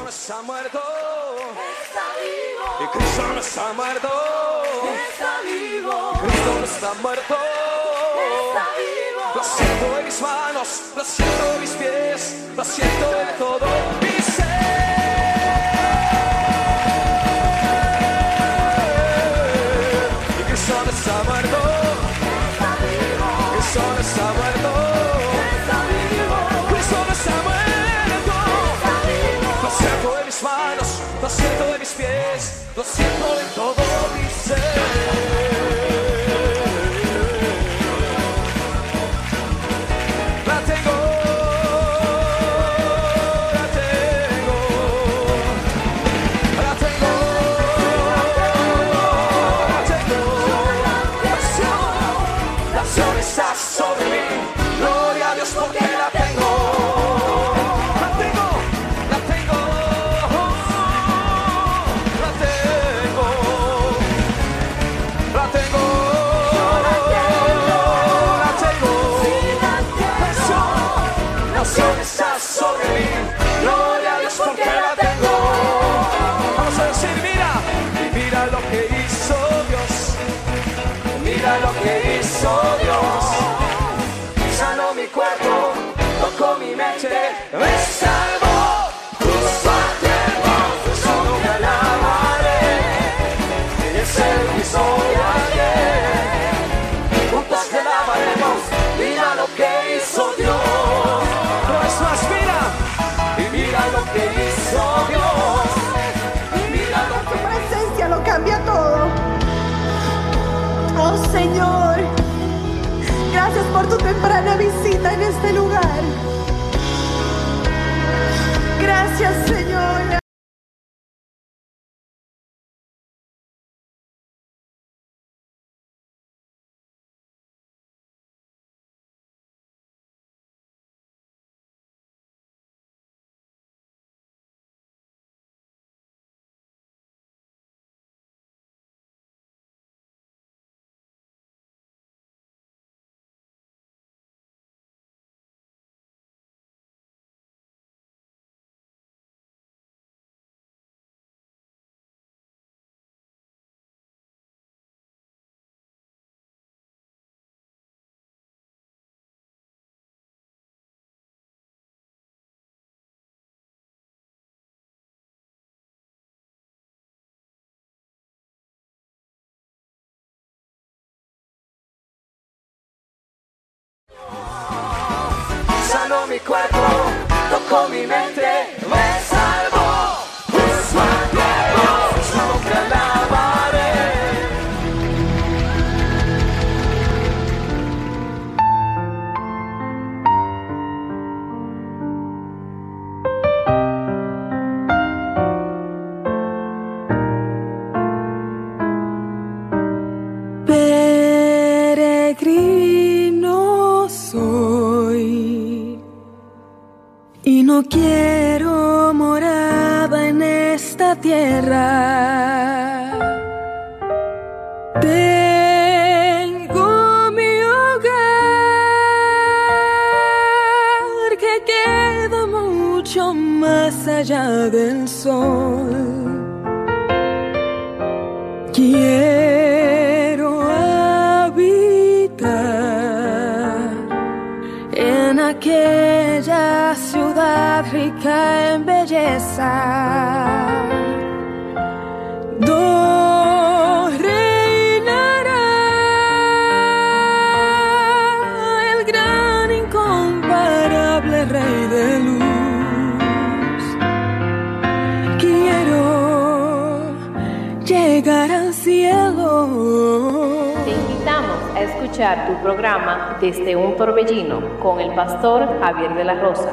está muerto, está vivo, y Cristo no está muerto, está vivo, Cristo no está muerto. está vivo. Lo siento en mis manos, lo siento en mis pies, lo siento en todo mi ser. Y Cristo no está muerto, Está vivo, Cristo no está muerto, está vivo, Cristo no está muerto. está vivo. Lo siento en mis manos, lo siento en mis pies, lo siento en todo mi ser. La tengo, la tengo, la tengo, la tengo. La acción está sobre mí, gloria a Dios porque la tengo. La tengo, la tengo, la tengo, la tengo, la tengo. La acción está sobre mí, gloria a Dios porque la tengo. Vamos a decir, mira, y mira lo que hizo Dios, mira lo que hizo Dios. Sanó mi cuerpo, tocó mi mente, me salvó. Justo a tiempo, solo me alabaré. Él es el mismo de ayer. Juntos te alabaremos, mira lo que hizo Dios. No es más, mira, y mira lo que hizo Dios. Y mira lo Tu presencia lo cambia todo. Oh Señor, gracias por tu temprana visita en este lugar. Gracias, Señor. sanó mi cuerpo, tocó mi mente, me salvó. Justo a tiempo, su nombre alabaré. Peregrino soy y no quiero morada en esta tierra. Tengo mi hogar que queda mucho más allá del sol. Quiero habitar en aquella ciudad rica en belleza, donde reinará el gran incomparable Rey de luz. Quiero llegar al cielo. Te invitamos a escuchar tu programa Desde un Torbellino con el pastor Javier de la Rosa.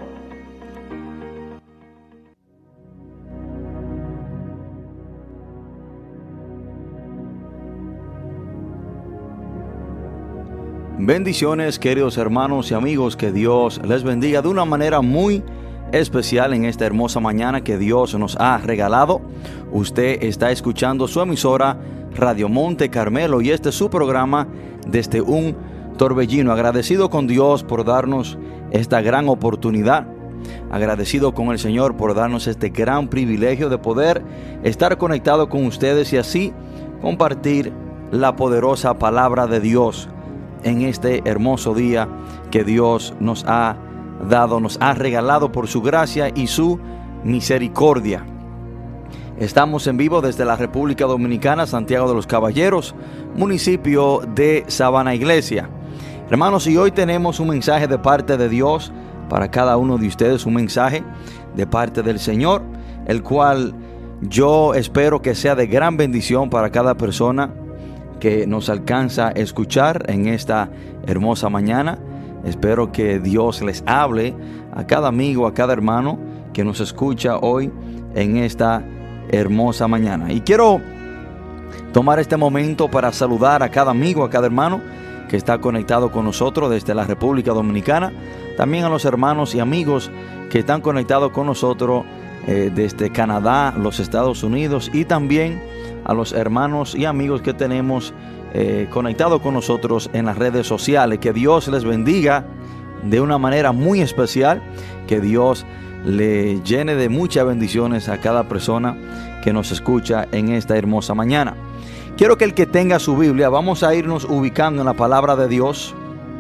Bendiciones, queridos hermanos y amigos, que Dios les bendiga de una manera muy especial en esta hermosa mañana que Dios nos ha regalado. Usted está escuchando su emisora Radio Monte Carmelo y este es su programa Desde un Torbellino. Agradecido con Dios por darnos esta gran oportunidad agradecido con el Señor por darnos este gran privilegio de poder estar conectado con ustedes y así compartir la poderosa palabra de Dios en este hermoso día que Dios nos ha dado, nos ha regalado por su gracia y su misericordia. Estamos en vivo desde la República Dominicana, Santiago de los Caballeros, municipio de Sabana Iglesia. Hermanos, y hoy tenemos un mensaje de parte de Dios para cada uno de ustedes, un mensaje de parte del Señor, el cual yo espero que sea de gran bendición para cada persona que nos alcanza a escuchar en esta hermosa mañana. Espero que Dios les hable a cada amigo, a cada hermano que nos escucha hoy en esta hermosa mañana. Y quiero tomar este momento para saludar a cada amigo, a cada hermano que está conectado con nosotros desde la República Dominicana. También a los hermanos y amigos que están conectados con nosotros desde Canadá, los Estados Unidos, y también a los hermanos y amigos que tenemos conectados con nosotros en las redes sociales. Que Dios les bendiga de una manera muy especial, que Dios le llene de muchas bendiciones a cada persona que nos escucha en esta hermosa mañana. Quiero que el que tenga su Biblia, vamos a irnos ubicando en la palabra de Dios.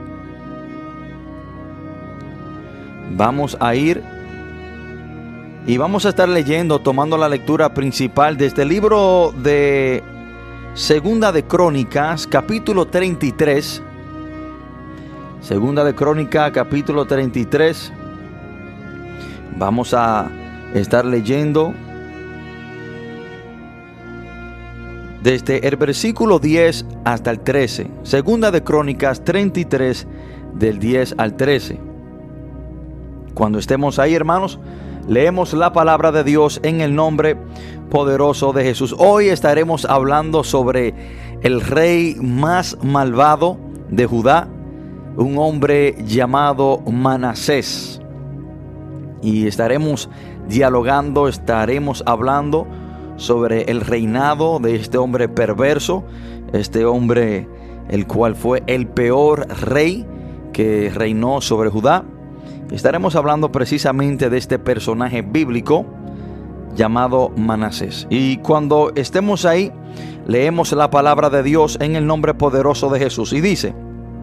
Vamos a ir y vamos a estar leyendo, tomando la lectura principal de este libro de Segunda de Crónicas, capítulo 33. Segunda de Crónicas, capítulo 33. Vamos a estar leyendo desde el versículo 10 hasta el 13. Segunda de Crónicas 33, del 10 al 13. Cuando estemos ahí, hermanos, leemos la palabra de Dios en el nombre poderoso de Jesús. Hoy estaremos hablando sobre el rey más malvado de Judá, un hombre llamado Manasés. Y estaremos dialogando, estaremos hablando sobre el reinado de este hombre perverso, este hombre el cual fue el peor rey que reinó sobre Judá. Estaremos hablando precisamente de este personaje bíblico llamado Manasés. Y cuando estemos ahí, leemos la palabra de Dios en el nombre poderoso de Jesús. Y dice,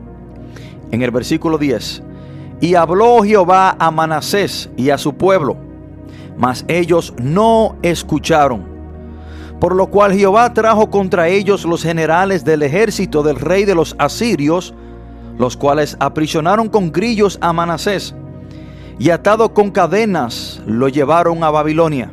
en el versículo 10, y habló Jehová a Manasés y a su pueblo, mas ellos no escucharon. Por lo cual Jehová trajo contra ellos los generales del ejército del rey de los asirios, los cuales aprisionaron con grillos a Manasés, y atado con cadenas lo llevaron a Babilonia.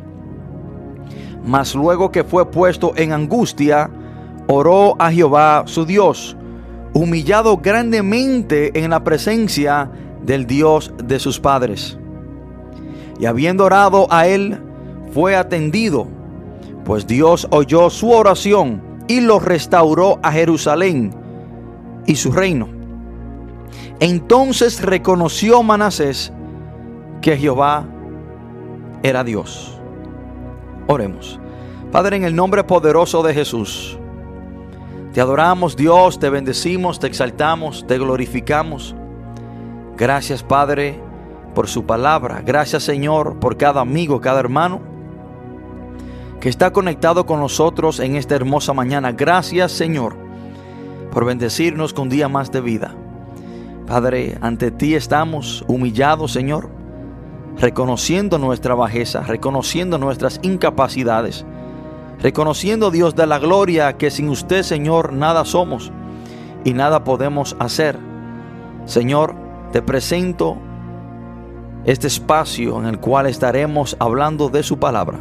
Mas luego que fue puesto en angustia, oró a Jehová su Dios, humillado grandemente en la presencia del Dios de sus padres. Y habiendo orado a él, fue atendido, pues Dios oyó su oración y lo restauró a Jerusalén y su reino. Entonces reconoció Manasés que Jehová era Dios. Oremos. Padre, en el nombre poderoso de Jesús, te adoramos, Dios, te bendecimos, te exaltamos, te glorificamos. Gracias, Padre, por su palabra. Gracias, Señor, por cada amigo, cada hermano que está conectado con nosotros en esta hermosa mañana. Gracias, Señor, por bendecirnos con un día más de vida. Padre, ante ti estamos humillados, Señor, reconociendo nuestra bajeza, reconociendo nuestras incapacidades, reconociendo, Dios de la gloria, que sin usted, Señor, nada somos y nada podemos hacer. Señor, te presento este espacio en el cual estaremos hablando de su palabra,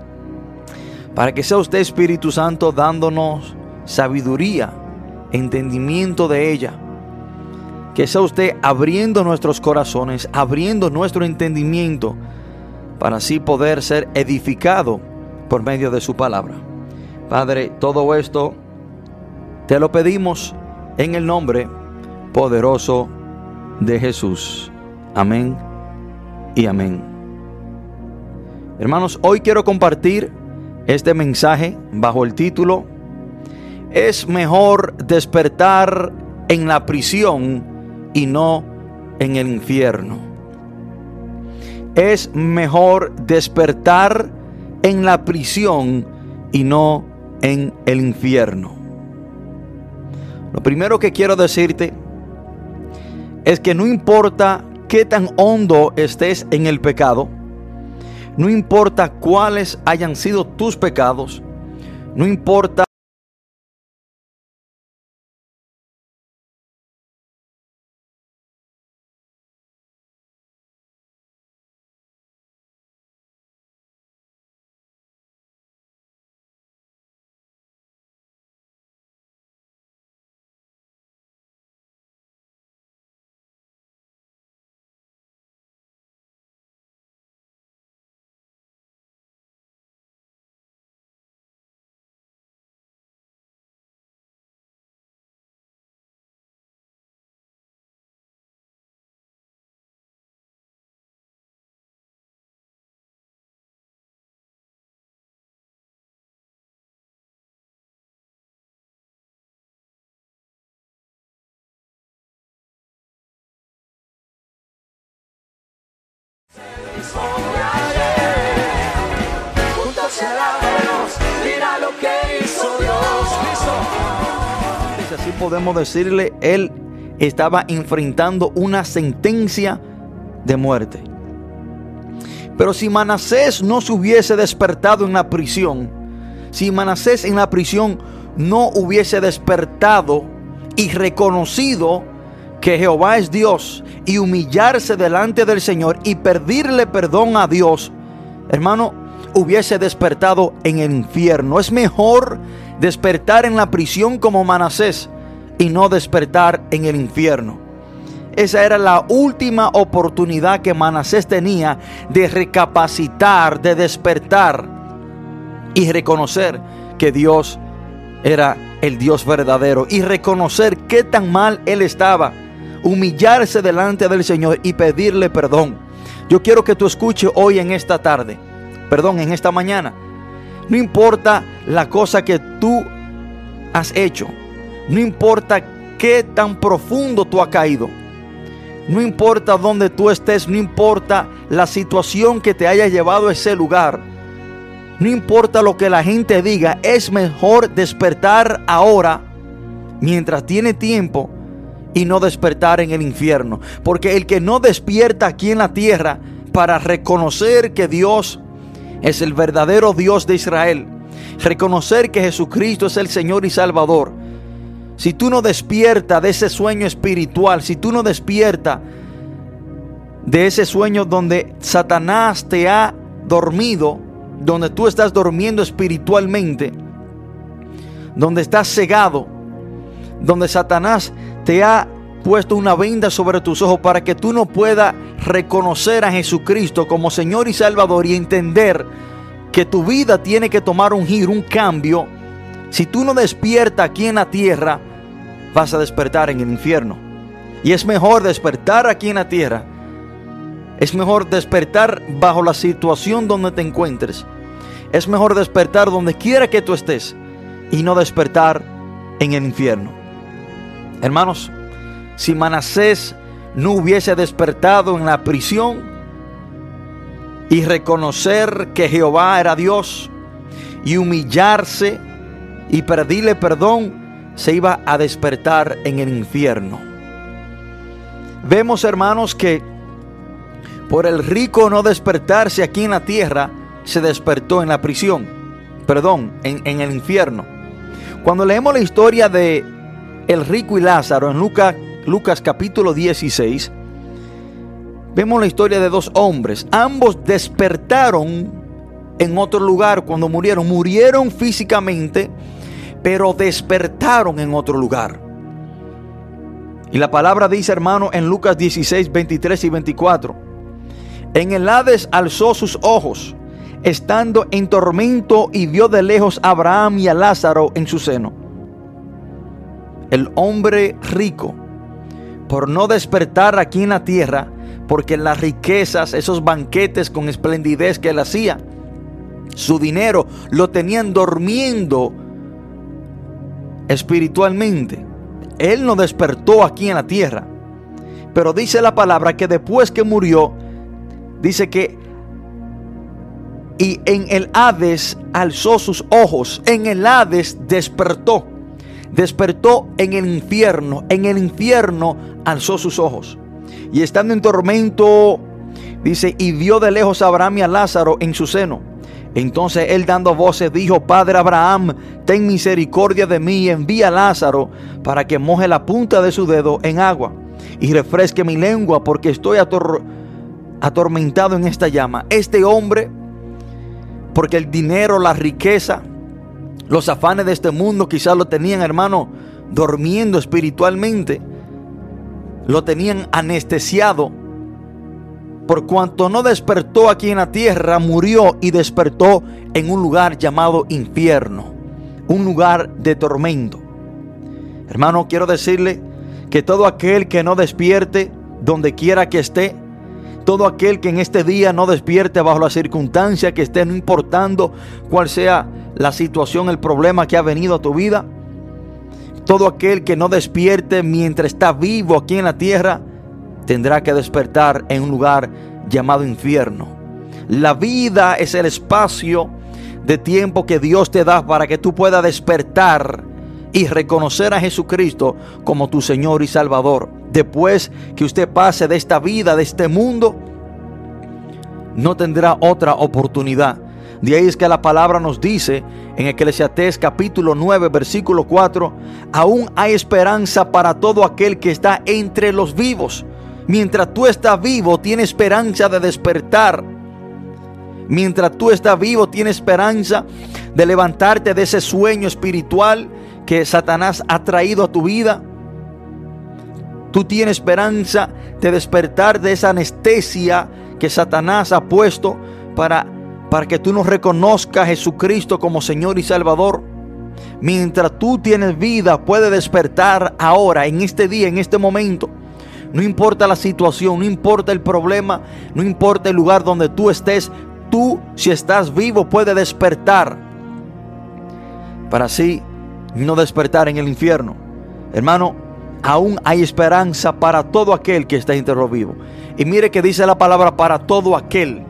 para que sea usted, Espíritu Santo, dándonos sabiduría, entendimiento de ella. Que sea usted abriendo nuestros corazones, abriendo nuestro entendimiento, para así poder ser edificado por medio de su palabra. Padre, todo esto te lo pedimos en el nombre poderoso de Jesús. Amén y amén. Hermanos, hoy quiero compartir este mensaje bajo el título: es mejor despertar en la prisión y no en el infierno. es mejor despertar en la prisión y no en el infierno. Lo primero que quiero decirte es que no importa qué tan hondo estés en el pecado, no importa cuáles hayan sido tus pecados, no importa Juntos celebremos, mira lo que hizo Dios. así podemos decirle, él estaba enfrentando una sentencia de muerte. Pero si Manasés no se hubiese despertado en la prisión, si Manasés en la prisión no hubiese despertado y reconocido que Jehová es Dios y humillarse delante del Señor y pedirle perdón a Dios, hermano, hubiese despertado en el infierno. Es mejor despertar en la prisión como Manasés y no despertar en el infierno. Esa era la última oportunidad que Manasés tenía de recapacitar, de despertar y reconocer que Dios era el Dios verdadero y reconocer qué tan mal él estaba, humillarse delante del Señor y pedirle perdón. Yo quiero que tú escuches hoy en esta tarde, en esta mañana. No importa la cosa que tú has hecho, no importa qué tan profundo tú has caído, no importa dónde tú estés, no importa la situación que te haya llevado a ese lugar, no importa lo que la gente diga, es mejor despertar ahora mientras tiene tiempo y no despertar en el infierno. Porque el que no despierta aquí en la tierra para reconocer que Dios es el verdadero Dios de Israel, reconocer que Jesucristo es el Señor y Salvador, si tú no despiertas de ese sueño espiritual, si tú no despiertas de ese sueño donde Satanás te ha dormido, donde tú estás durmiendo espiritualmente, donde estás cegado, donde Satanás te ha puesto una venda sobre tus ojos para que tú no puedas reconocer a Jesucristo como Señor y Salvador y entender que tu vida tiene que tomar un giro, un cambio. Si tú no despiertas aquí en la tierra, vas a despertar en el infierno. Y es mejor despertar aquí en la tierra. Es mejor despertar bajo la situación donde te encuentres. Es mejor despertar donde quiera que tú estés y no despertar en el infierno. Hermanos, si Manasés no hubiese despertado en la prisión y reconocer que Jehová era Dios y humillarse y pedirle perdón, se iba a despertar en el infierno. Vemos, hermanos, que por el rico no despertarse aquí en la tierra, se despertó en la prisión, en el infierno. Cuando leemos la historia de el rico y Lázaro en Lucas capítulo 16, vemos la historia de dos hombres. Ambos despertaron en otro lugar cuando murieron. Murieron físicamente, pero despertaron en otro lugar. Y la palabra dice, hermano, en Lucas 16, 23 y 24. En el Hades alzó sus ojos, estando en tormento, y vio de lejos a Abraham y a Lázaro en su seno. El hombre rico, por no despertar aquí en la tierra, porque las riquezas, esos banquetes con esplendidez que él hacía, su dinero lo tenían durmiendo espiritualmente. Él no despertó aquí en la tierra. Pero dice la palabra que después que murió, dice que y en el Hades alzó sus ojos, en el Hades despertó en el infierno alzó sus ojos. Y estando en tormento, dice, y vio de lejos a Abraham y a Lázaro en su seno. Entonces él, dando voces, dijo: Padre Abraham, ten misericordia de mí y envía a Lázaro para que moje la punta de su dedo en agua y refresque mi lengua, porque estoy atormentado en esta llama. Este hombre, porque el dinero, la riqueza, los afanes de este mundo quizás lo tenían, hermano, durmiendo espiritualmente, lo tenían anestesiado. Por cuanto no despertó aquí en la tierra, murió y despertó en un lugar llamado infierno, un lugar de tormento. Hermano, quiero decirle que todo aquel que no despierte donde quiera que esté, todo aquel que en este día no despierte bajo la circunstancia que esté, no importando cuál sea la situación, el problema que ha venido a tu vida, todo aquel que no despierte mientras está vivo aquí en la tierra, tendrá que despertar en un lugar llamado infierno. La vida es el espacio de tiempo que Dios te da para que tú puedas despertar y reconocer a Jesucristo como tu Señor y Salvador. Después que usted pase de esta vida, de este mundo, no tendrá otra oportunidad. De ahí es que la palabra nos dice en Eclesiastés capítulo 9 versículo 4: aún hay esperanza para todo aquel que está entre los vivos. Mientras tú estás vivo, tienes esperanza de despertar. Mientras tú estás vivo, tienes esperanza de levantarte de ese sueño espiritual que Satanás ha traído a tu vida. Tú tienes esperanza de despertar de esa anestesia que Satanás ha puesto para que tú no reconozcas a Jesucristo como Señor y Salvador. Mientras tú tienes vida, puedes despertar ahora, en este día, en este momento. No importa la situación, no importa el problema, no importa el lugar donde tú estés. Tú, si estás vivo, puedes despertar para así no despertar en el infierno. Hermano, aún hay esperanza para todo aquel que está entre los vivos. Y mire que dice la palabra para todo aquel.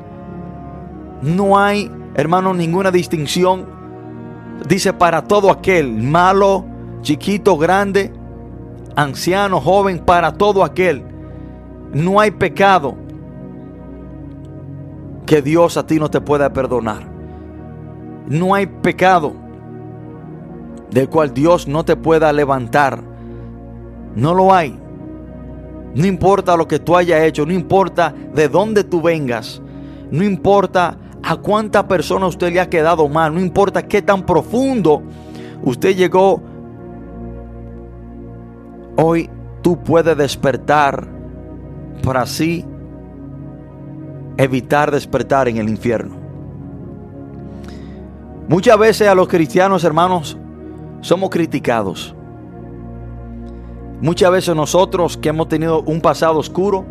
No hay, hermano, ninguna distinción. Dice para todo aquel, malo, chiquito, grande, anciano, joven, para todo aquel. No hay pecado que Dios a ti no te pueda perdonar. No hay pecado del cual Dios no te pueda levantar. No lo hay. No importa lo que tú hayas hecho, no importa de dónde tú vengas, no importa a cuánta persona usted le ha quedado mal, no importa qué tan profundo usted llegó. Hoy tú puedes despertar para así evitar despertar en el infierno. Muchas veces a los cristianos, hermanos, somos criticados. Muchas veces nosotros que hemos tenido un pasado oscuro,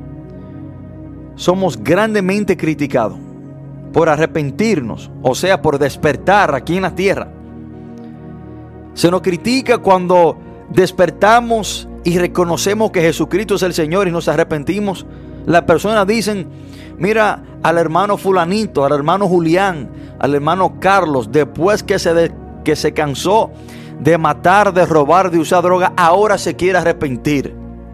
somos grandemente criticados por arrepentirnos, o sea, por despertar aquí en la tierra. Se nos critica cuando despertamos y reconocemos que Jesucristo es el Señor y nos arrepentimos. Las personas dicen: mira al hermano fulanito, al hermano Julián, al hermano Carlos, después que se cansó de matar, de robar, de usar droga, ahora se quiere arrepentir.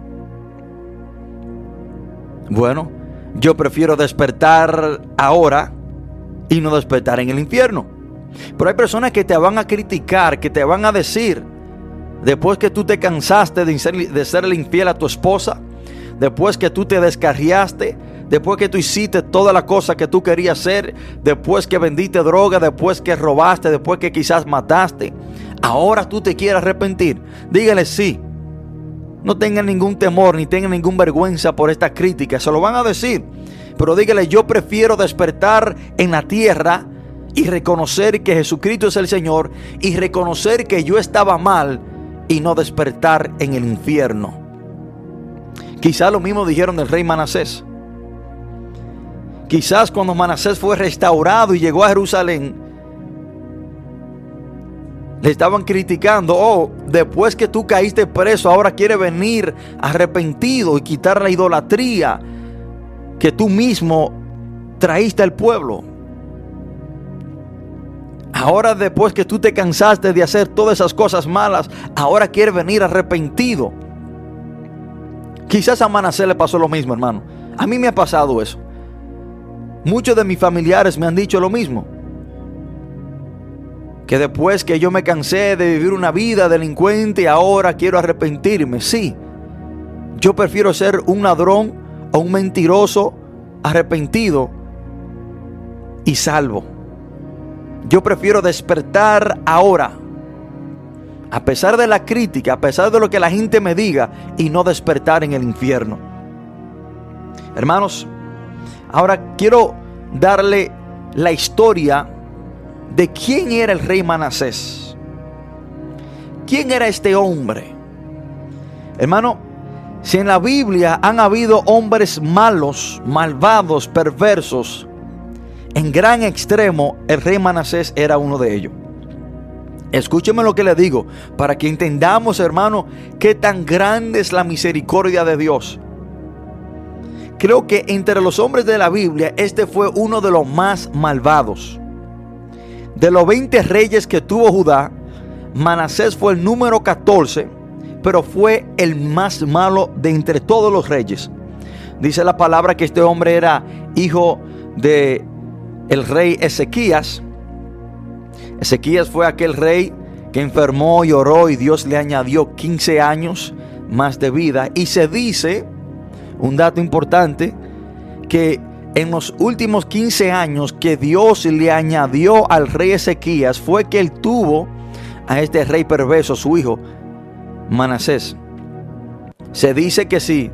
Bueno, yo prefiero despertar ahora y no despertar en el infierno. Pero hay personas que te van a criticar, que te van a decir, después que tú te cansaste de serle infiel a tu esposa, después que tú te descarriaste, después que tú hiciste toda la cosa que tú querías hacer, después que vendiste droga, después que robaste, después que quizás mataste, ahora tú te quieres arrepentir. Dígale sí. No tengan ningún temor ni tengan ninguna vergüenza por esta crítica. Se lo van a decir. Pero dígale: yo prefiero despertar en la tierra y reconocer que Jesucristo es el Señor y reconocer que yo estaba mal y no despertar en el infierno. Quizás lo mismo dijeron del rey Manasés. Quizás cuando Manasés fue restaurado y llegó a Jerusalén, le estaban criticando: oh, después que tú caíste preso, ahora quiere venir arrepentido y quitar la idolatría que tú mismo traíste al pueblo. Ahora, después que tú te cansaste de hacer todas esas cosas malas, ahora quieres venir arrepentido. Quizás a Manasés le pasó lo mismo, hermano. A mí me ha pasado eso. Muchos de mis familiares me han dicho lo mismo. Que después que yo me cansé de vivir una vida delincuente, ahora quiero arrepentirme. Sí, yo prefiero ser un ladrón o un mentiroso arrepentido y salvo. Yo prefiero despertar ahora, a pesar de la crítica, a pesar de lo que la gente me diga, y no despertar en el infierno. Hermanos, ahora quiero darle la historia de quién era el rey Manasés. ¿Quién era este hombre? Hermano, si en la Biblia han habido hombres malos, malvados, perversos, en gran extremo, el rey Manasés era uno de ellos. Escúcheme lo que le digo, para que entendamos, hermano, qué tan grande es la misericordia de Dios. Creo que entre los hombres de la Biblia, este fue uno de los más malvados. De los 20 reyes que tuvo Judá, Manasés fue el número 14, pero fue el más malo de entre todos los reyes. Dice la palabra que este hombre era hijo de el rey Ezequías. Ezequías fue aquel rey que enfermó y oró, y Dios le añadió 15 años más de vida. Y se dice, un dato importante, que en los últimos 15 años que Dios le añadió al rey Ezequías, fue que él tuvo a este rey perverso, su hijo Manasés. Se dice que si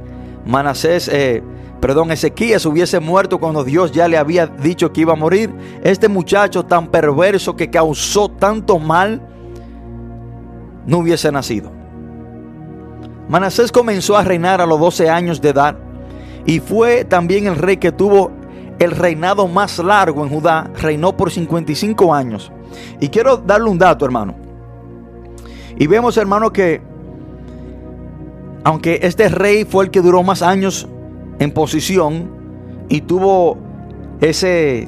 Ezequías hubiese muerto cuando Dios ya le había dicho que iba a morir, este muchacho tan perverso que causó tanto mal no hubiese nacido. Manasés comenzó a reinar a los 12 años de edad y fue también el rey que tuvo el reinado más largo en Judá. Reinó por 55 años. Y quiero darle un dato, hermano. Y vemos, hermano, que aunque este rey fue el que duró más años en posición y tuvo ese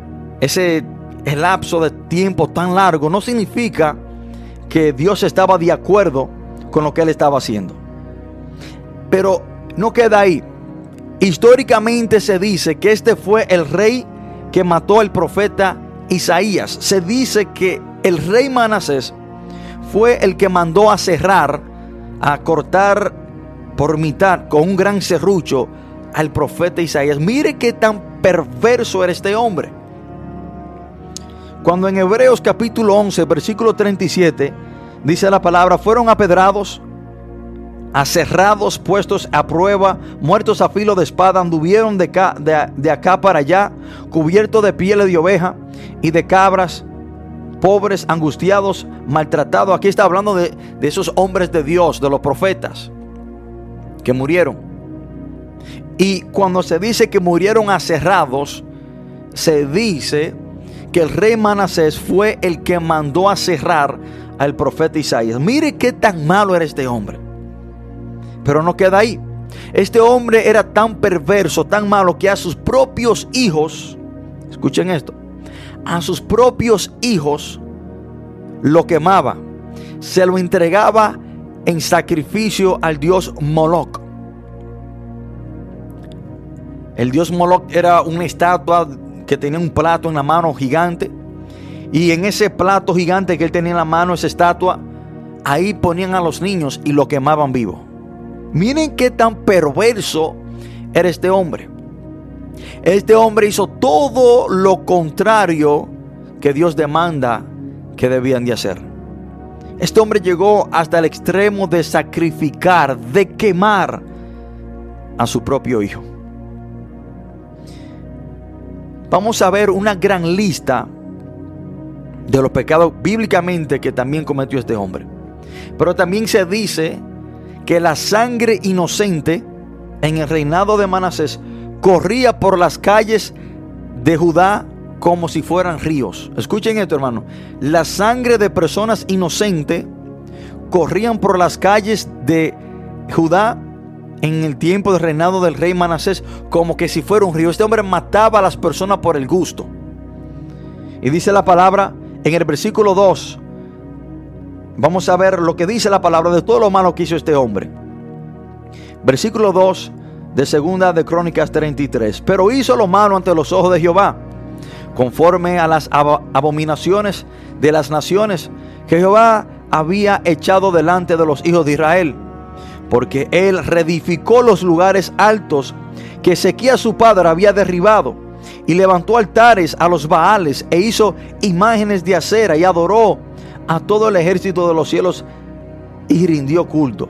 lapso de tiempo tan largo, no significa que Dios estaba de acuerdo con lo que él estaba haciendo. Pero no queda ahí. Históricamente se dice que este fue el rey que mató al profeta Isaías. Se dice que el rey Manasés fue el que mandó a cerrar, a cortar por mitad con un gran serrucho al profeta Isaías. Mire qué tan perverso era este hombre. Cuando en Hebreos capítulo 11 versículo 37 dice la palabra: fueron apedrados, aserrados, puestos a prueba, muertos a filo de espada, anduvieron de acá para allá, cubiertos de pieles de oveja y de cabras, pobres, angustiados, maltratados. Aquí está hablando de esos hombres de Dios, de los profetas que murieron. Y cuando se dice que murieron aserrados, se dice que el rey Manasés fue el que mandó a cerrar al profeta Isaías. Mire qué tan malo era este hombre. Pero no queda ahí. Este hombre era tan perverso, tan malo, que a sus propios hijos, escuchen esto, a sus propios hijos lo quemaba, se lo entregaba en sacrificio al dios Moloc. El dios Moloc era una estatua que tenía un plato en la mano gigante, y en ese plato gigante que él tenía en la mano, esa estatua, ahí ponían a los niños y lo quemaban vivo. Miren qué tan perverso era este hombre. Este hombre hizo todo lo contrario que Dios demanda que debían de hacer. Este hombre llegó hasta el extremo de sacrificar, de quemar a su propio hijo. Vamos a ver una gran lista de los pecados bíblicamente que también cometió este hombre. Pero también se dice que la sangre inocente en el reinado de Manasés corría por las calles de Judá como si fueran ríos. Escuchen esto, hermano. La sangre de personas inocentes corrían por las calles de Judá en el tiempo del reinado del rey Manasés, como que si fuera un río. Este hombre mataba a las personas por el gusto. Y dice la palabra en el versículo 2. Vamos a ver lo que dice la palabra de todo lo malo que hizo este hombre. Versículo 2 de segunda de Crónicas 33. Pero hizo lo malo ante los ojos de Jehová, conforme a las abominaciones de las naciones que Jehová había echado delante de los hijos de Israel, porque él reedificó los lugares altos que Ezequías su padre había derribado, y levantó altares a los Baales, e hizo imágenes de acera, y adoró a todo el ejército de los cielos, y rindió culto.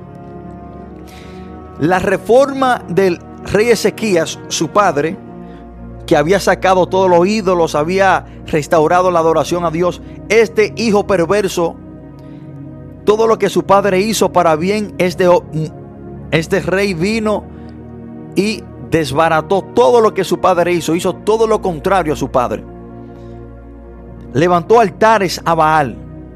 La reforma del rey Ezequías, su padre, que había sacado todos los ídolos, había restaurado la adoración a Dios, este hijo perverso, todo lo que su padre hizo para bien, este rey vino y desbarató todo lo que su padre hizo todo lo contrario a su padre. Levantó altares a Baal.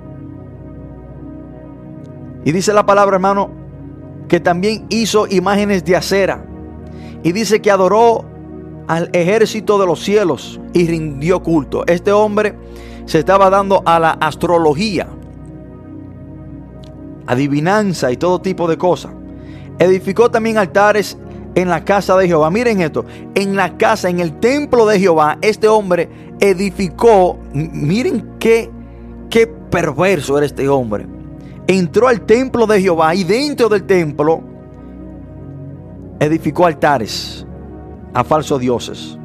Y dice la palabra, hermano, que también hizo imágenes de acera. Y dice que adoró al ejército de los cielos y rindió culto. Este hombre se estaba dando a la astrología, adivinanza y todo tipo de cosas. Edificó también altares en la casa de Jehová. Miren esto, en la casa, en el templo de Jehová, este hombre edificó. Miren qué perverso era este hombre. Entró al templo de Jehová y dentro del templo edificó altares a falsos dioses.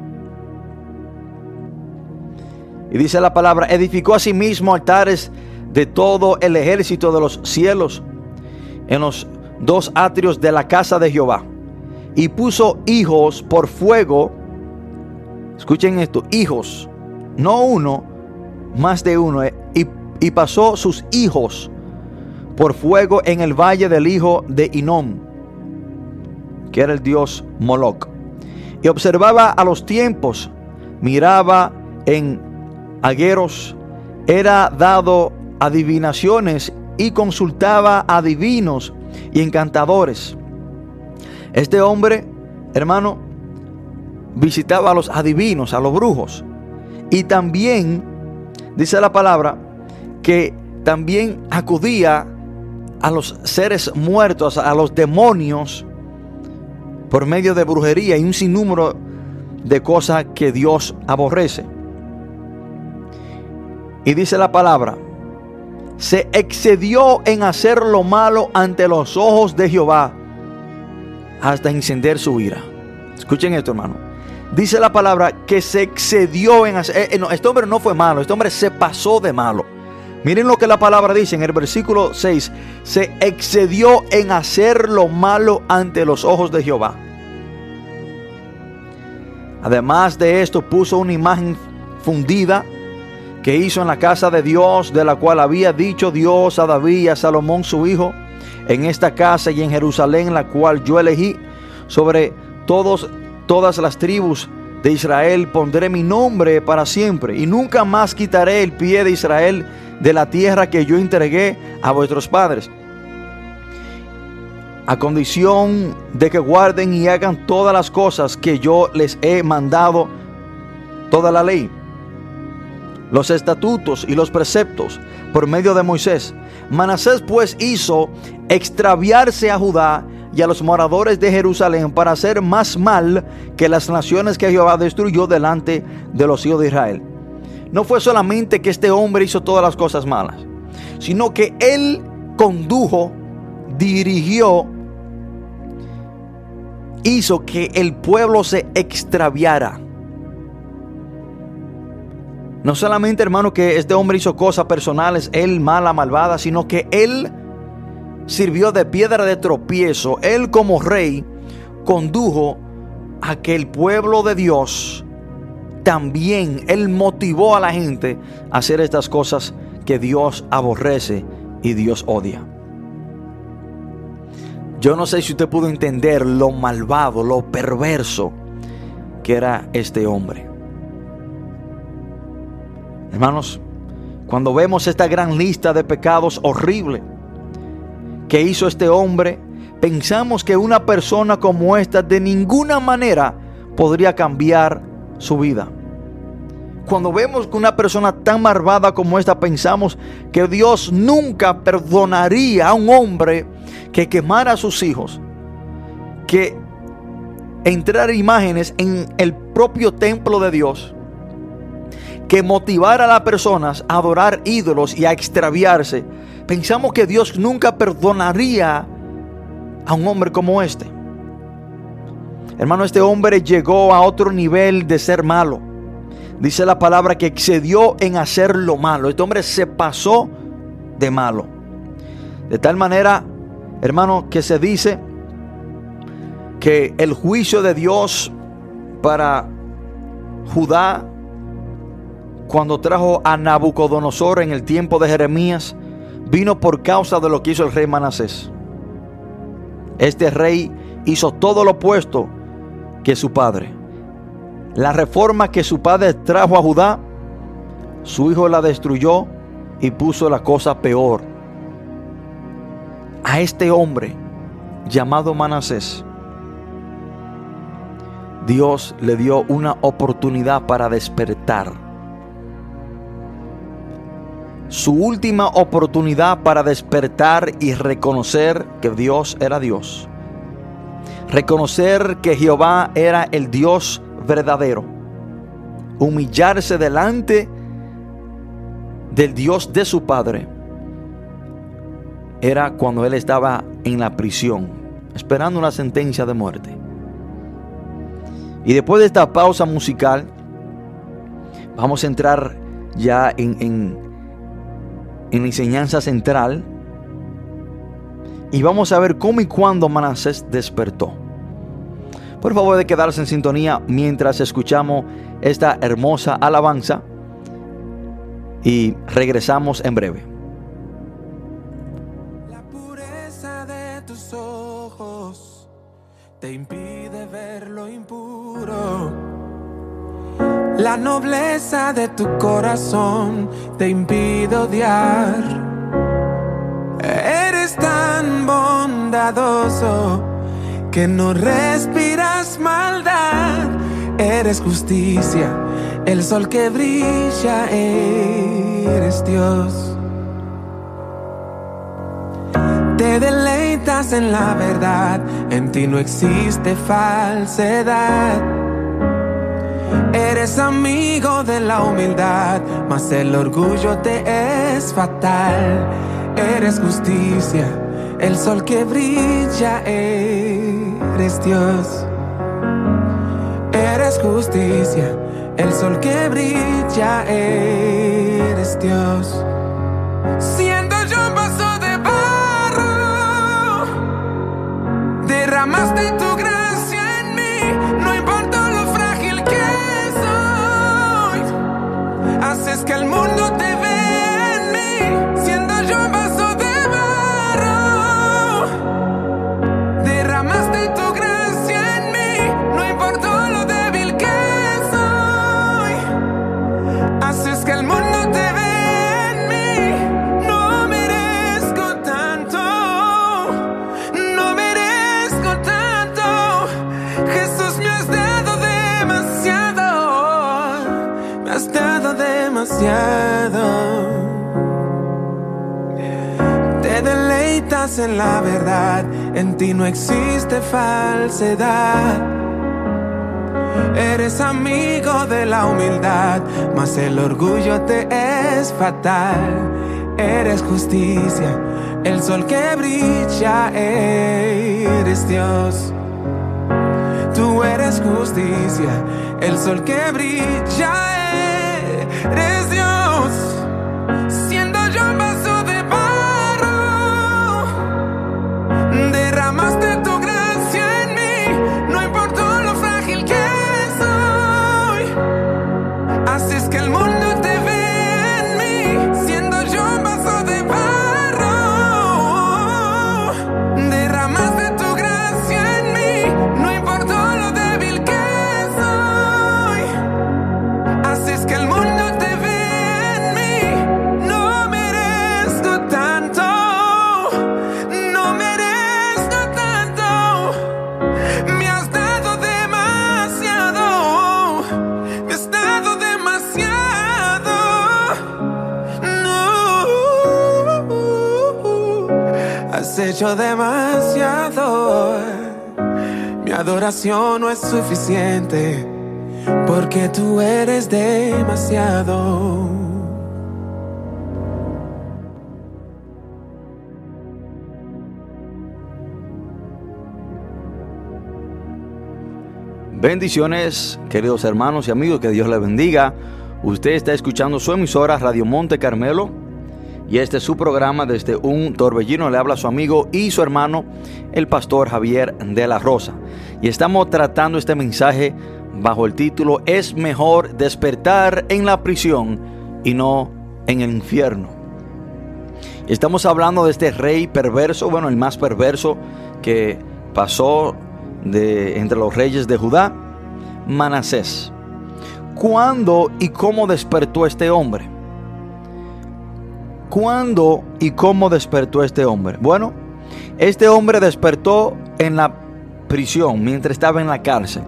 Y dice la palabra, edificó asimismo altares de todo el ejército de los cielos en los dos atrios de la casa de Jehová, y puso hijos por fuego. Escuchen esto, hijos, no uno, más de uno, y pasó sus hijos por fuego en el valle del hijo de Hinnom, que era el dios Moloc. Y observaba a los tiempos, miraba en agueros, era dado adivinaciones y consultaba a adivinos y encantadores. Este hombre, hermano, visitaba a los adivinos, a los brujos. Y también, dice la palabra, que también acudía a los seres muertos, a los demonios, por medio de brujería y un sinnúmero de cosas que Dios aborrece. Y dice la palabra, se excedió en hacer lo malo ante los ojos de Jehová, hasta encender su ira. Escuchen esto, hermano. Dice la palabra que se excedió en hacer. Este hombre no fue malo, este hombre se pasó de malo. Miren lo que la palabra dice en el versículo 6. Se excedió en hacer lo malo ante los ojos de Jehová. Además de esto, puso una imagen fundida que hizo en la casa de Dios, de la cual había dicho Dios a David y a Salomón su hijo: en esta casa y en Jerusalén, la cual yo elegí, sobre todas las tribus de Israel pondré mi nombre para siempre, y nunca más quitaré el pie de Israel de la tierra que yo entregué a vuestros padres, a condición de que guarden y hagan todas las cosas que yo les he mandado, toda la ley, los estatutos y los preceptos por medio de Moisés. Manasés pues hizo extraviarse a Judá y a los moradores de Jerusalén para hacer más mal que las naciones que Jehová destruyó delante de los hijos de Israel. No fue solamente que este hombre hizo todas las cosas malas, sino que él condujo, dirigió, hizo que el pueblo se extraviara. No solamente, hermano, que este hombre hizo cosas personales, él mala, malvada, sino que él sirvió de piedra de tropiezo. Él, como rey, condujo a que el pueblo de Dios también, él motivó a la gente a hacer estas cosas que Dios aborrece y Dios odia. Yo no sé si usted pudo entender lo malvado, lo perverso que era este hombre. Hermanos, cuando vemos esta gran lista de pecados horribles que hizo este hombre, pensamos que una persona como esta de ninguna manera podría cambiar su vida. Cuando vemos que una persona tan malvada como esta, pensamos que Dios nunca perdonaría a un hombre que quemara a sus hijos, que entrara imágenes en el propio templo de Dios, que motivara a las personas a adorar ídolos y a extraviarse. Pensamos que Dios nunca perdonaría a un hombre como este. Hermano, este hombre llegó a otro nivel de ser malo. Dice la palabra que excedió en hacer lo malo. Este hombre se pasó de malo. De tal manera, hermano, que se dice que el juicio de Dios para Judá, cuando trajo a Nabucodonosor en el tiempo de Jeremías, vino por causa de lo que hizo el rey Manasés. Este rey hizo todo lo opuesto que su padre. La reforma que su padre trajo a Judá, su hijo la destruyó y puso la cosa peor. A este hombre llamado Manasés, Dios le dio una oportunidad para despertar. Su última oportunidad para despertar y reconocer que Dios era Dios. Reconocer que Jehová era el Dios verdadero. Humillarse delante del Dios de su padre. Era cuando él estaba en la prisión, esperando una sentencia de muerte. Y después de esta pausa musical, vamos a entrar ya en la enseñanza central. Y vamos a ver cómo y cuándo Manasés despertó. Por favor, de quedarse en sintonía mientras escuchamos esta hermosa alabanza. Y regresamos en breve. La pureza de tus ojos te impide ver lo impuro. La nobleza de tu corazón te impide odiar. Eres tan bondadoso que no respiras maldad. Eres justicia, el sol que brilla, eres Dios. Te deleitas en la verdad, en ti no existe falsedad. Eres amigo de la humildad, mas el orgullo te es fatal. Eres justicia, el sol que brilla, eres Dios. Eres justicia, el sol que brilla, eres Dios. Siendo yo un vaso de barro, derramaste tu gracia en mí. No importa lo frágil que soy, haces que el mundo te vea en mí. Siendo yo un vaso de barro, derramaste tu gracia en mí. No importa lo débil que soy, haces que el mundo te vea en mí. No merezco tanto, no merezco tanto. Jesús, me has dado demasiado, me has dado demasiado. Te deleitas en la verdad, en ti no existe falsedad. Eres amigo de la humildad, mas el orgullo te es fatal. Eres justicia, el sol que brilla, eres Dios. Tú eres justicia, el sol que brilla, eres Dios. Siendo yo un vaso de barro, derramaste tu gracia en mí. No importa lo frágil que soy, haces que el mundo te vea en mí. Siendo yo un vaso de barro, derramaste tu gracia en mí. No importa lo débil que soy, haces que el mundo te vea. hecho demasiado. Mi adoración no es suficiente, porque tú eres demasiado. Bendiciones, queridos hermanos y amigos, que Dios les bendiga. Usted está escuchando su emisora Radio Monte Carmelo y este es su programa Desde un Torbellino. Le habla su amigo y su hermano, el pastor Javier de la Rosa. Y estamos tratando este mensaje bajo el título Es mejor despertar en la prisión y no en el infierno. Estamos hablando de este rey perverso, bueno, el más perverso que pasó entre los reyes de Judá, Manasés. ¿Cuándo y cómo despertó este hombre? ¿Cuándo y cómo despertó este hombre? Bueno, este hombre despertó en la prisión, mientras estaba en la cárcel.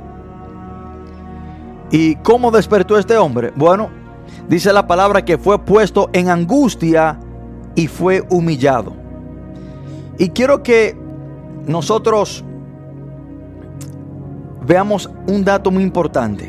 ¿Y cómo despertó este hombre? Bueno, dice la palabra que fue puesto en angustia y fue humillado. Y quiero que nosotros veamos un dato muy importante.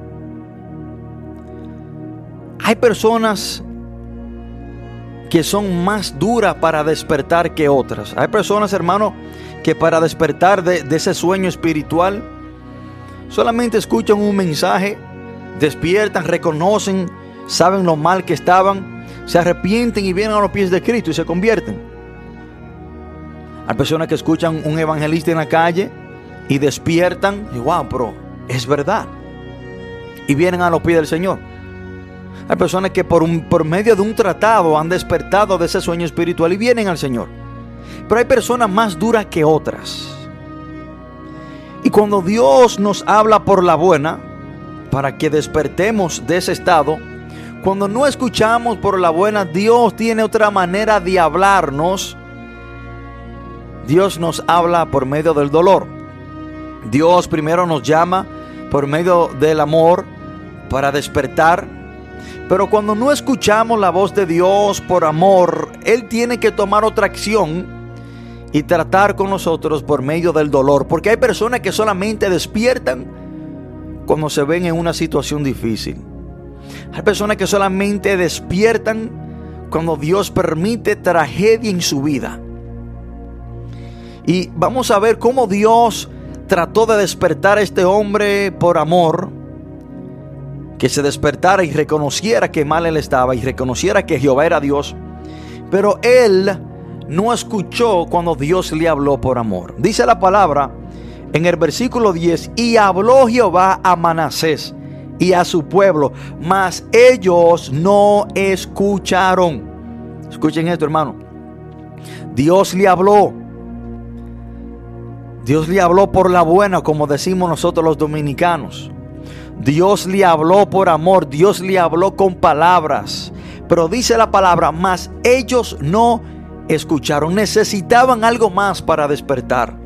Hay personas que son más duras para despertar que otras. Hay personas, hermano, que para despertar de ese sueño espiritual solamente escuchan un mensaje, despiertan, reconocen, saben lo mal que estaban, se arrepienten y vienen a los pies de Cristo y se convierten. Hay personas que escuchan un evangelista en la calle y despiertan y wow, pero es verdad, y vienen a los pies del Señor. Hay personas que por medio de un tratado han despertado de ese sueño espiritual y vienen al Señor. Pero hay personas más duras que otras. Y cuando Dios nos habla por la buena, para que despertemos de ese estado, cuando no escuchamos por la buena, Dios tiene otra manera de hablarnos. Dios nos habla por medio del dolor. Dios primero nos llama por medio del amor para despertar. Pero cuando no escuchamos la voz de Dios por amor, Él tiene que tomar otra acción y tratar con nosotros por medio del dolor. Porque hay personas que solamente despiertan cuando se ven en una situación difícil. Hay personas que solamente despiertan cuando Dios permite tragedia en su vida. Y vamos a ver cómo Dios trató de despertar a este hombre por amor, que se despertara y reconociera que mal él estaba y reconociera que Jehová era Dios. Pero él no escuchó cuando Dios le habló por amor. Dice la palabra en el versículo 10: y habló Jehová a Manasés y a su pueblo, mas ellos no escucharon. Escuchen esto, hermano. Dios le habló. Dios le habló por la buena, como decimos nosotros los dominicanos. Dios le habló por amor, Dios le habló con palabras. Pero dice la palabra, mas ellos no escucharon. Necesitaban algo más para despertar.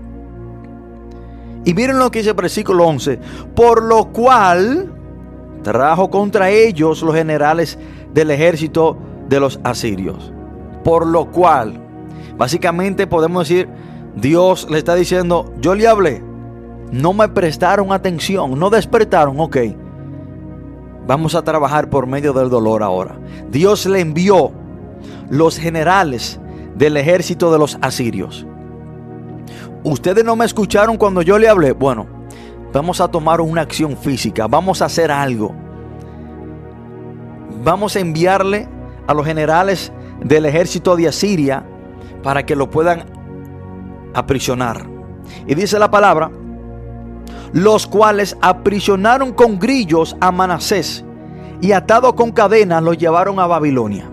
Y miren lo que dice el versículo 11: por lo cual trajo contra ellos los generales del ejército de los asirios. Por lo cual, básicamente podemos decir, Dios le está diciendo, yo le hablé, no me prestaron atención, no despertaron, ok, vamos a trabajar por medio del dolor ahora. Dios le envió los generales del ejército de los asirios. Ustedes no me escucharon cuando yo le hablé. Bueno, vamos a tomar una acción física, vamos a hacer algo. Vamos a enviarle a los generales del ejército de Asiria para que lo puedan aprisionar. Y dice la palabra, los cuales aprisionaron con grillos a Manasés y atado con cadenas lo llevaron a Babilonia.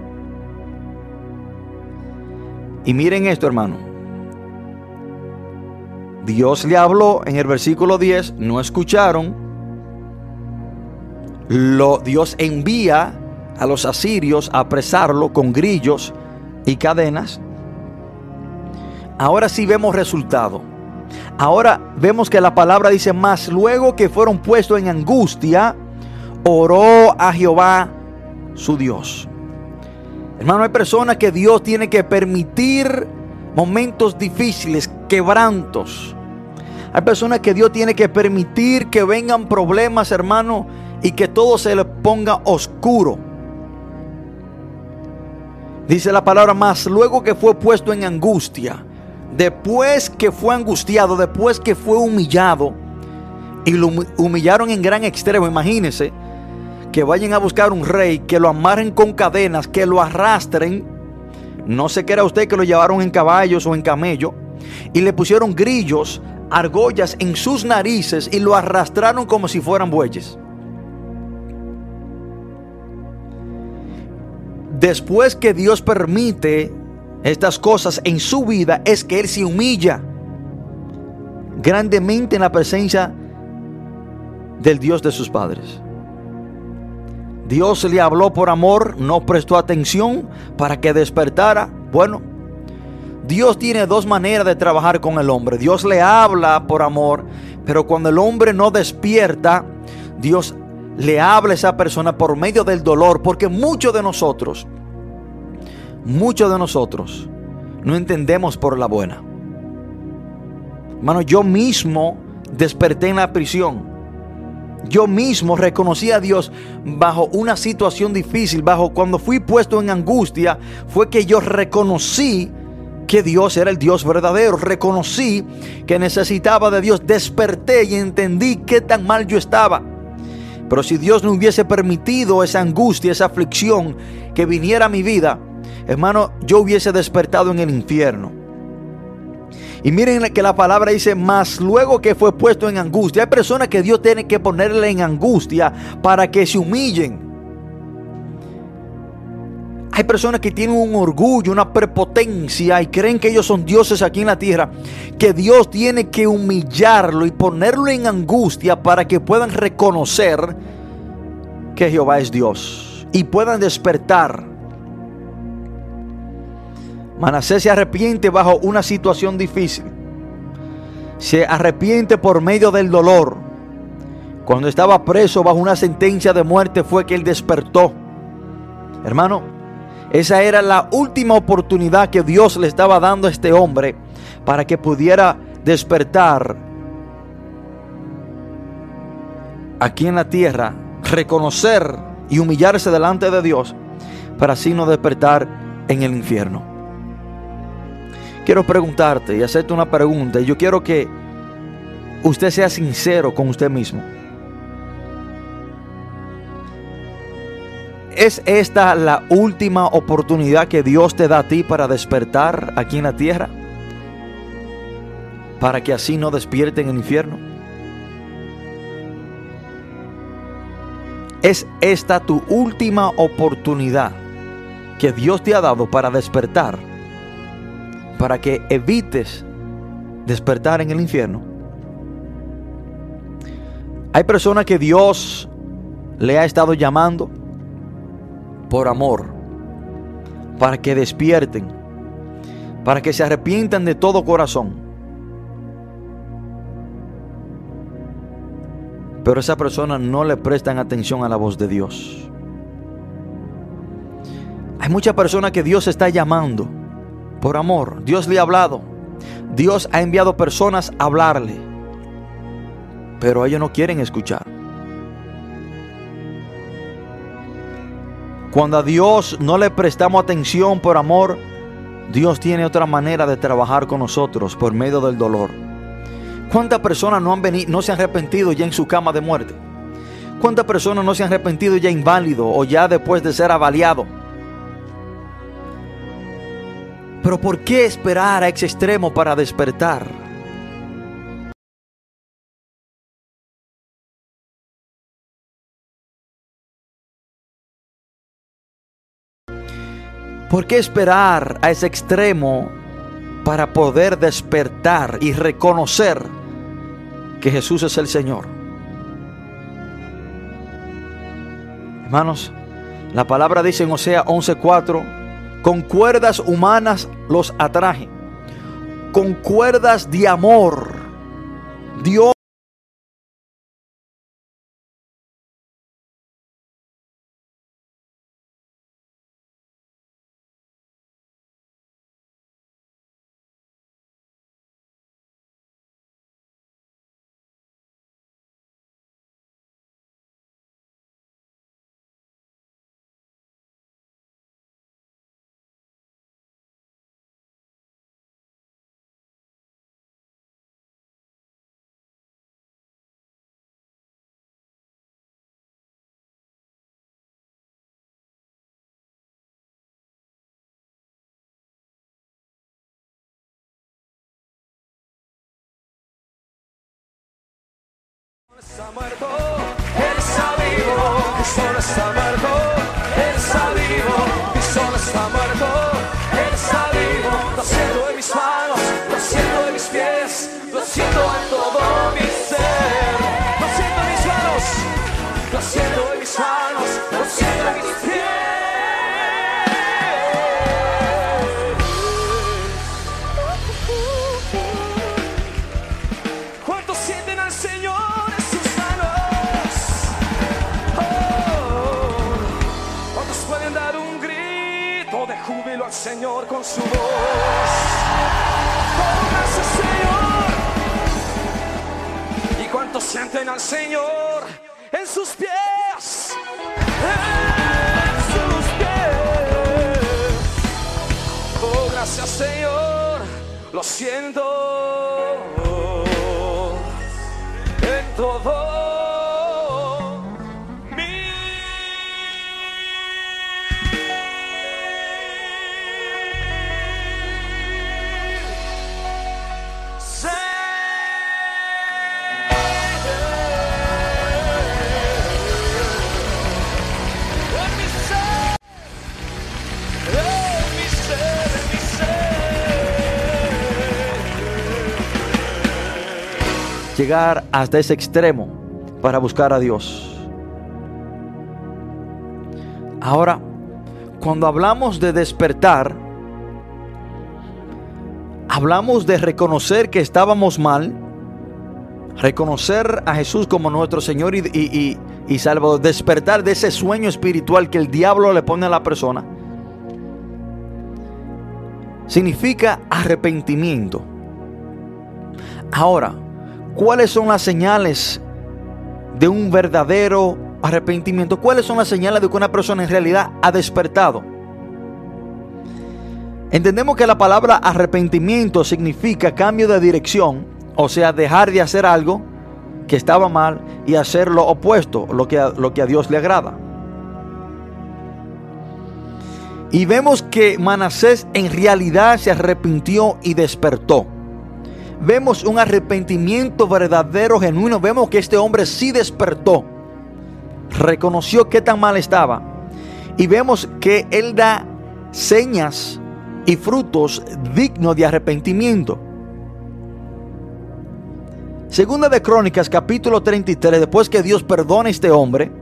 Y miren esto, hermano. Dios le habló en el versículo 10, no escucharon. Dios envía a los asirios a apresarlo con grillos y cadenas. Ahora sí vemos resultado. Ahora vemos que la palabra dice, mas luego que fueron puestos en angustia, oró a Jehová su Dios. Hermano, hay personas que Dios tiene que permitir momentos difíciles, quebrantos. Hay personas que Dios tiene que permitir que vengan problemas, hermano, y que todo se le ponga oscuro. Dice la palabra, mas luego que fue puesto en angustia, después que fue angustiado, después que fue humillado, y lo humillaron en gran extremo. Imagínense que vayan a buscar un rey, que lo amarren con cadenas, que lo arrastren. No se crea usted que lo llevaron en caballos o en camello, y le pusieron grillos, argollas en sus narices y lo arrastraron como si fueran bueyes. Después que Dios permite estas cosas en su vida, es que Él se humilla grandemente en la presencia del Dios de sus padres. Dios le habló por amor, no prestó atención para que despertara. Bueno, Dios tiene dos maneras de trabajar con el hombre. Dios le habla por amor, pero cuando el hombre no despierta, Dios le habla a esa persona por medio del dolor, porque muchos de nosotros no entendemos por la buena. Hermano, yo mismo desperté en la prisión. Yo mismo reconocí a Dios bajo una situación difícil, cuando fui puesto en angustia, fue que yo reconocí que Dios era el Dios verdadero. Reconocí que necesitaba de Dios, desperté y entendí qué tan mal yo estaba. Pero si Dios no hubiese permitido esa angustia, esa aflicción que viniera a mi vida, hermano, yo hubiese despertado en el infierno. Y miren que la palabra dice, mas luego que fue puesto en angustia. Hay personas que Dios tiene que ponerle en angustia para que se humillen. Hay personas que tienen un orgullo, una prepotencia y creen que ellos son dioses aquí en la tierra, que Dios tiene que humillarlo y ponerlo en angustia para que puedan reconocer que Jehová es Dios y puedan despertar. Manasés se arrepiente bajo una situación difícil. Se arrepiente por medio del dolor. Cuando estaba preso bajo una sentencia de muerte fue que él despertó. Hermano, esa era la última oportunidad que Dios le estaba dando a este hombre para que pudiera despertar aquí en la tierra, reconocer y humillarse delante de Dios, para así no despertar en el infierno. Quiero preguntarte y hacerte una pregunta, y yo quiero que usted sea sincero con usted mismo. ¿Es esta la última oportunidad que Dios te da a ti para despertar aquí en la tierra? Para que así no despierte en el infierno. ¿Es esta tu última oportunidad que Dios te ha dado para despertar? Para que evites despertar en el infierno. Hay personas que Dios le ha estado llamando por amor, para que despierten, para que se arrepientan de todo corazón. Pero esas personas no le prestan atención a la voz de Dios. Hay muchas personas que Dios está llamando por amor. Dios le ha hablado. Dios ha enviado personas a hablarle, pero ellos no quieren escuchar. Cuando a Dios no le prestamos atención por amor, Dios tiene otra manera de trabajar con nosotros por medio del dolor. ¿Cuántas personas no se han arrepentido ya en su cama de muerte? ¿Cuántas personas no se han arrepentido ya inválido o ya después de ser avaliado? Pero ¿por qué esperar a ese extremo para despertar? ¿Por qué esperar a ese extremo para poder despertar y reconocer que Jesús es el Señor? Hermanos, la palabra dice en Oseas 11:4, con cuerdas humanas los atraje, con cuerdas de amor Dios Está muerto, Él está vivo, Cristo no está muerto, Él está vivo, Cristo no está muerto, Él está vivo, lo siento en mis manos, lo siento en mis pies, lo siento en todo mi ser, lo siento en mis manos, lo siento en mis manos, lo siento en mis pies. ¿Cuántos sienten al Señor? De júbilo al Señor con su voz. Póngase, Señor. ¿Y cuántos sienten al Señor en sus pies? En sus pies. Oh, gracias, Señor. Lo siento en todo. Llegar hasta ese extremo para buscar a Dios. Ahora, cuando hablamos de despertar, hablamos de reconocer que estábamos mal, reconocer a Jesús como nuestro Señor y Salvador, despertar de ese sueño espiritual que el diablo le pone a la persona. Significa arrepentimiento. Ahora, ¿cuáles son las señales de un verdadero arrepentimiento? ¿Cuáles son las señales de que una persona en realidad ha despertado? Entendemos que la palabra arrepentimiento significa cambio de dirección, o sea, dejar de hacer algo que estaba mal y hacer lo opuesto, lo que a Dios le agrada. Y vemos que Manasés en realidad se arrepintió y despertó. Vemos un arrepentimiento verdadero, genuino. Vemos que este hombre sí despertó. Reconoció qué tan mal estaba. Y vemos que él da señas y frutos dignos de arrepentimiento. Segunda de Crónicas, capítulo 33. Después que Dios perdona a este hombre,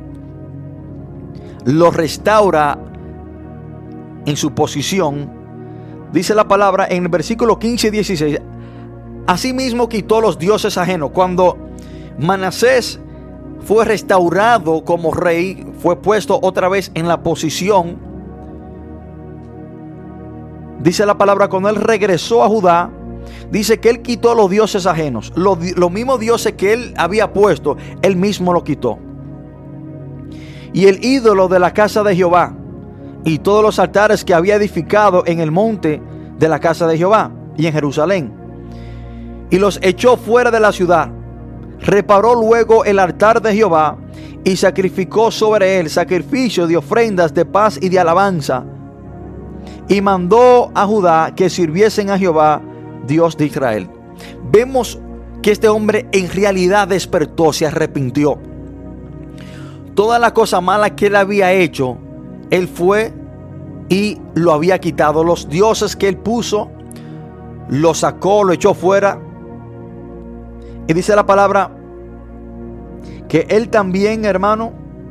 lo restaura en su posición. Dice la palabra en el versículo 15 y 16. Asimismo quitó los dioses ajenos. Cuando Manasés fue restaurado como rey, fue puesto otra vez en la posición. Dice la palabra, cuando él regresó a Judá, dice que él quitó los dioses ajenos. Los mismos dioses que él había puesto, él mismo lo quitó. Y el ídolo de la casa de Jehová y todos los altares que había edificado en el monte de la casa de Jehová y en Jerusalén. Y los echó fuera de la ciudad. Reparó luego el altar de Jehová y sacrificó sobre él sacrificios de ofrendas de paz y de alabanza. Y mandó a Judá que sirviesen a Jehová, Dios de Israel. Vemos que este hombre en realidad despertó, se arrepintió. Toda la cosa mala que él había hecho, él fue y lo había quitado. Los dioses que él puso, lo sacó, lo echó fuera. Y dice la palabra que él también, hermano,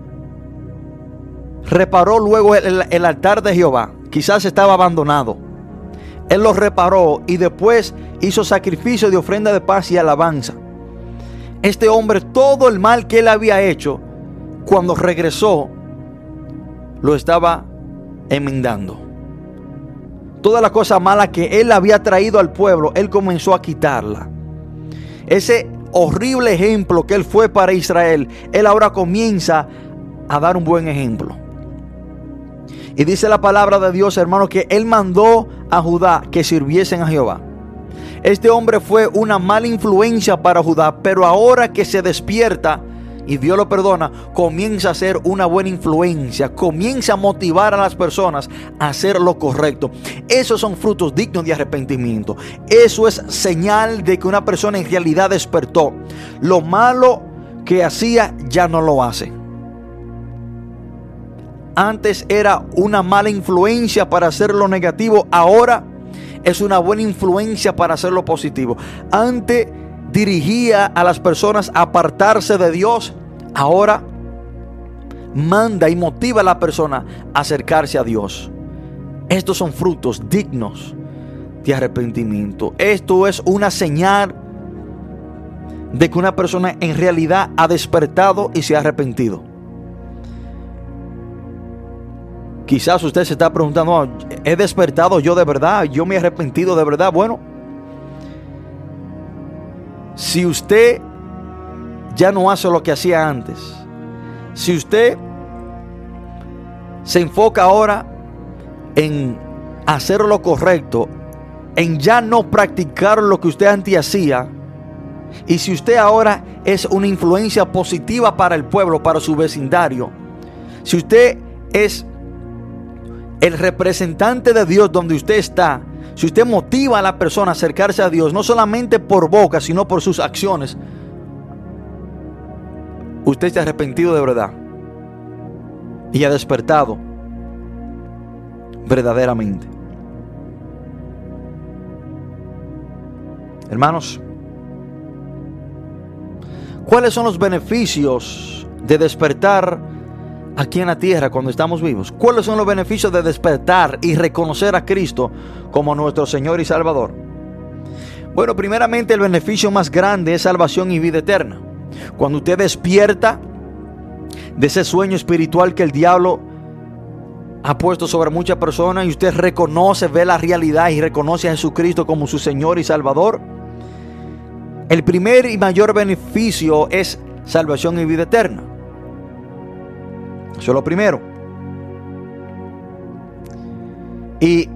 reparó luego el altar de Jehová. Quizás estaba abandonado. Él lo reparó y después hizo sacrificio de ofrenda de paz y alabanza. Este hombre, todo el mal que él había hecho, cuando regresó, lo estaba enmendando. Toda la cosa mala que él había traído al pueblo, él comenzó a quitarla. Ese horrible ejemplo que él fue para Israel, él ahora comienza a dar un buen ejemplo. Y dice la palabra de Dios, hermano, que él mandó a Judá que sirviesen a Jehová. Este hombre fue una mala influencia para Judá, pero ahora que se despierta y Dios lo perdona, comienza a ser una buena influencia, comienza a motivar a las personas a hacer lo correcto. Esos son frutos dignos de arrepentimiento. Eso es señal de que una persona en realidad despertó. Lo malo que hacía ya no lo hace. Antes era una mala influencia para hacer lo negativo, ahora es una buena influencia para hacer lo positivo. Antes dirigía a las personas a apartarse de Dios, ahora manda y motiva a la persona a acercarse a Dios. Estos son frutos dignos de arrepentimiento. Esto es una señal de que una persona en realidad ha despertado y se ha arrepentido. Quizás usted se está preguntando, ¿he despertado yo de verdad? ¿Yo me he arrepentido de verdad? Bueno, si usted ya no hace lo que hacía antes, si usted se enfoca ahora en hacer lo correcto, en ya no practicar lo que usted antes hacía, y si usted ahora es una influencia positiva para el pueblo, para su vecindario, si usted es el representante de Dios donde usted está, si usted motiva a la persona a acercarse a Dios, no solamente por boca, sino por sus acciones, usted se ha arrepentido de verdad y ha despertado verdaderamente. Hermanos, ¿cuáles son los beneficios de despertar aquí en la tierra cuando estamos vivos? ¿Cuáles son los beneficios de despertar y reconocer a Cristo como nuestro Señor y Salvador? Bueno, primeramente el beneficio más grande es salvación y vida eterna. Cuando usted despierta de ese sueño espiritual que el diablo ha puesto sobre muchas personas y usted reconoce, ve la realidad y reconoce a Jesucristo como su Señor y Salvador, el primer y mayor beneficio es salvación y vida eterna. Eso es lo primero. Y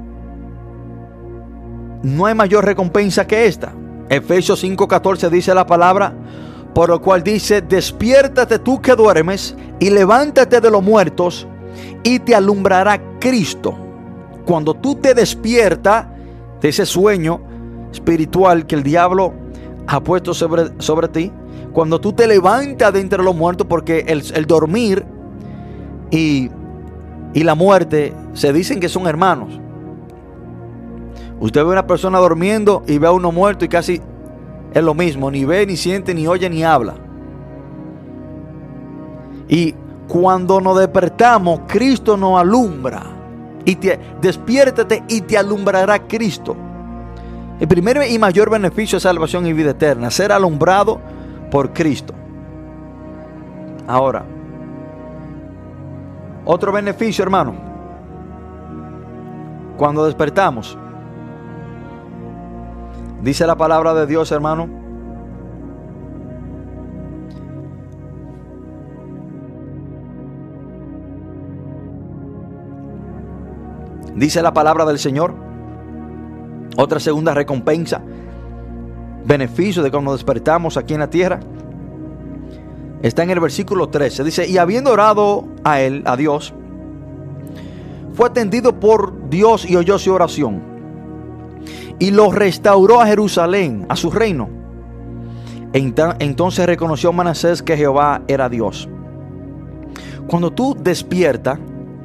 no hay mayor recompensa que esta. Efesios 5:14 dice la palabra, por lo cual dice, despiértate tú que duermes y levántate de los muertos y te alumbrará Cristo. Cuando tú te despiertas de ese sueño espiritual que el diablo ha puesto sobre ti, cuando tú te levantas de entre los muertos, porque el dormir y la muerte se dicen que son hermanos. Usted ve a una persona durmiendo y ve a uno muerto y casi es lo mismo, ni ve, ni siente, ni oye, ni habla. Y cuando nos despertamos, Cristo nos alumbra. Despiértate y te alumbrará Cristo. El primer y mayor beneficio es salvación y vida eterna, ser alumbrado por Cristo. Ahora, otro beneficio, hermano, cuando despertamos, dice la palabra de Dios, hermano, dice la palabra del Señor. Otra segunda recompensa, beneficio de cuando despertamos aquí en la tierra, está en el versículo 13. Dice, y habiendo orado a él, a Dios, fue atendido por Dios y oyó su oración. Y lo restauró a Jerusalén, a su reino. Entonces reconoció Manasés que Jehová era Dios. Cuando tú despiertas,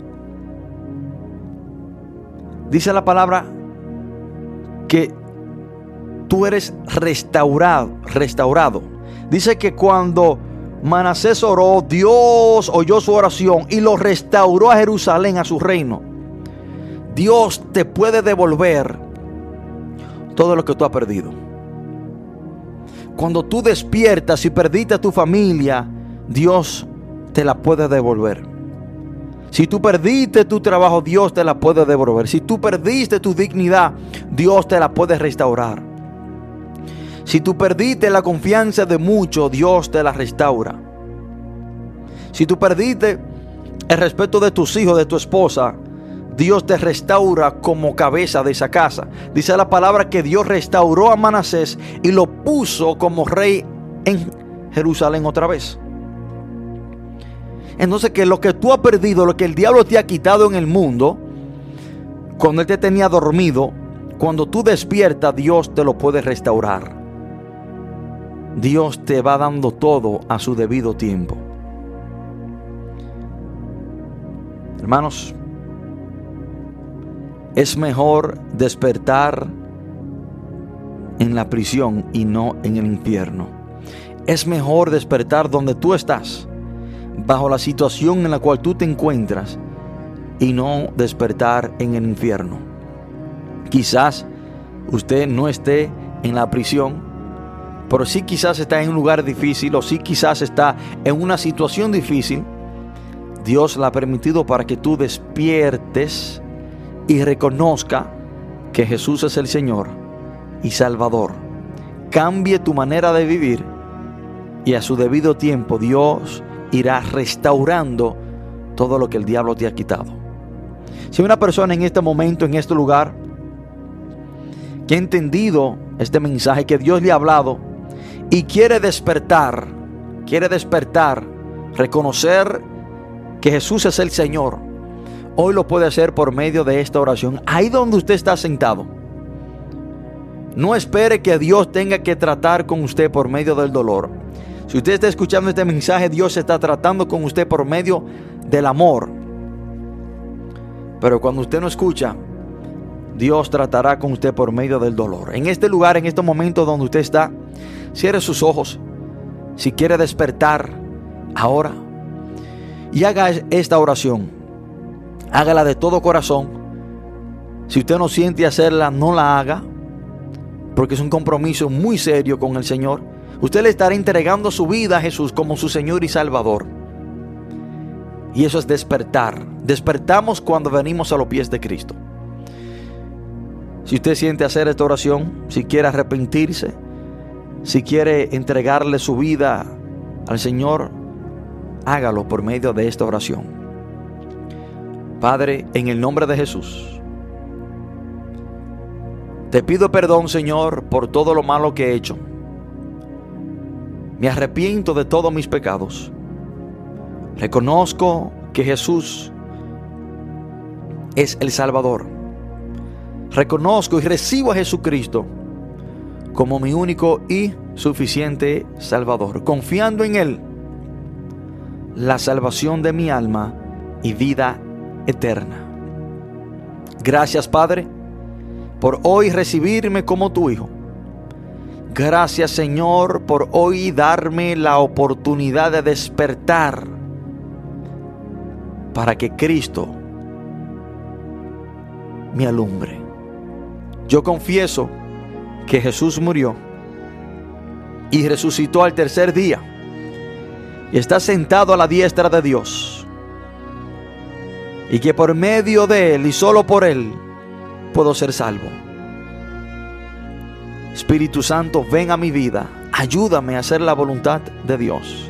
dice la palabra que tú eres restaurado. Dice que cuando Manasés oró, Dios oyó su oración y lo restauró a Jerusalén, a su reino. Dios te puede devolver todo lo que tú has perdido. Cuando tú despiertas y perdiste a tu familia, Dios te la puede devolver. Si tú perdiste tu trabajo, Dios te la puede devolver. Si tú perdiste tu dignidad, Dios te la puede restaurar. Si tú perdiste la confianza de muchos, Dios te la restaura. Si tú perdiste el respeto de tus hijos, de tu esposa, Dios te restaura como cabeza de esa casa. Dice la palabra que Dios restauró a Manasés y lo puso como rey en Jerusalén otra vez. Entonces, que lo que tú has perdido, lo que el diablo te ha quitado en el mundo, cuando él te tenía dormido, cuando tú despiertas, Dios te lo puede restaurar. Dios te va dando todo a su debido tiempo. Hermanos, es mejor despertar en la prisión y no en el infierno. Es mejor despertar donde tú estás, bajo la situación en la cual tú te encuentras, y no despertar en el infierno. Quizás usted no esté en la prisión, pero sí quizás está en un lugar difícil, o sí quizás está en una situación difícil. Dios la ha permitido para que tú despiertes y reconozca que Jesús es el Señor y Salvador. Cambie tu manera de vivir y a su debido tiempo Dios irá restaurando todo lo que el diablo te ha quitado. Si hay una persona en este momento, en este lugar, que ha entendido este mensaje que Dios le ha hablado y quiere despertar, reconocer que Jesús es el Señor, hoy lo puede hacer por medio de esta oración. Ahí donde usted está sentado, no espere que Dios tenga que tratar con usted por medio del dolor. Si usted está escuchando este mensaje, Dios está tratando con usted por medio del amor. Pero cuando usted no escucha, Dios tratará con usted por medio del dolor. En este lugar, en este momento donde usted está, cierre sus ojos. Si quiere despertar ahora, y haga esta oración. Hágala de todo corazón. Si usted no siente hacerla, no la haga, porque es un compromiso muy serio con el Señor. Usted le estará entregando su vida a Jesús como su Señor y Salvador. Y eso es despertar. Despertamos cuando venimos a los pies de Cristo. Si usted siente hacer esta oración, si quiere arrepentirse, si quiere entregarle su vida al Señor, hágalo por medio de esta oración. Padre, en el nombre de Jesús, te pido perdón, Señor, por todo lo malo que he hecho. Me arrepiento de todos mis pecados. Reconozco que Jesús es el Salvador. Reconozco y recibo a Jesucristo como mi único y suficiente Salvador, confiando en Él la salvación de mi alma y vida eterna. Gracias, Padre, por hoy recibirme como tu Hijo. Gracias, Señor, por hoy darme la oportunidad de despertar para que Cristo me alumbre. Yo confieso que Jesús murió y resucitó al tercer día y está sentado a la diestra de Dios, y que por medio de Él y solo por Él puedo ser salvo. Espíritu Santo, ven a mi vida, ayúdame a hacer la voluntad de Dios.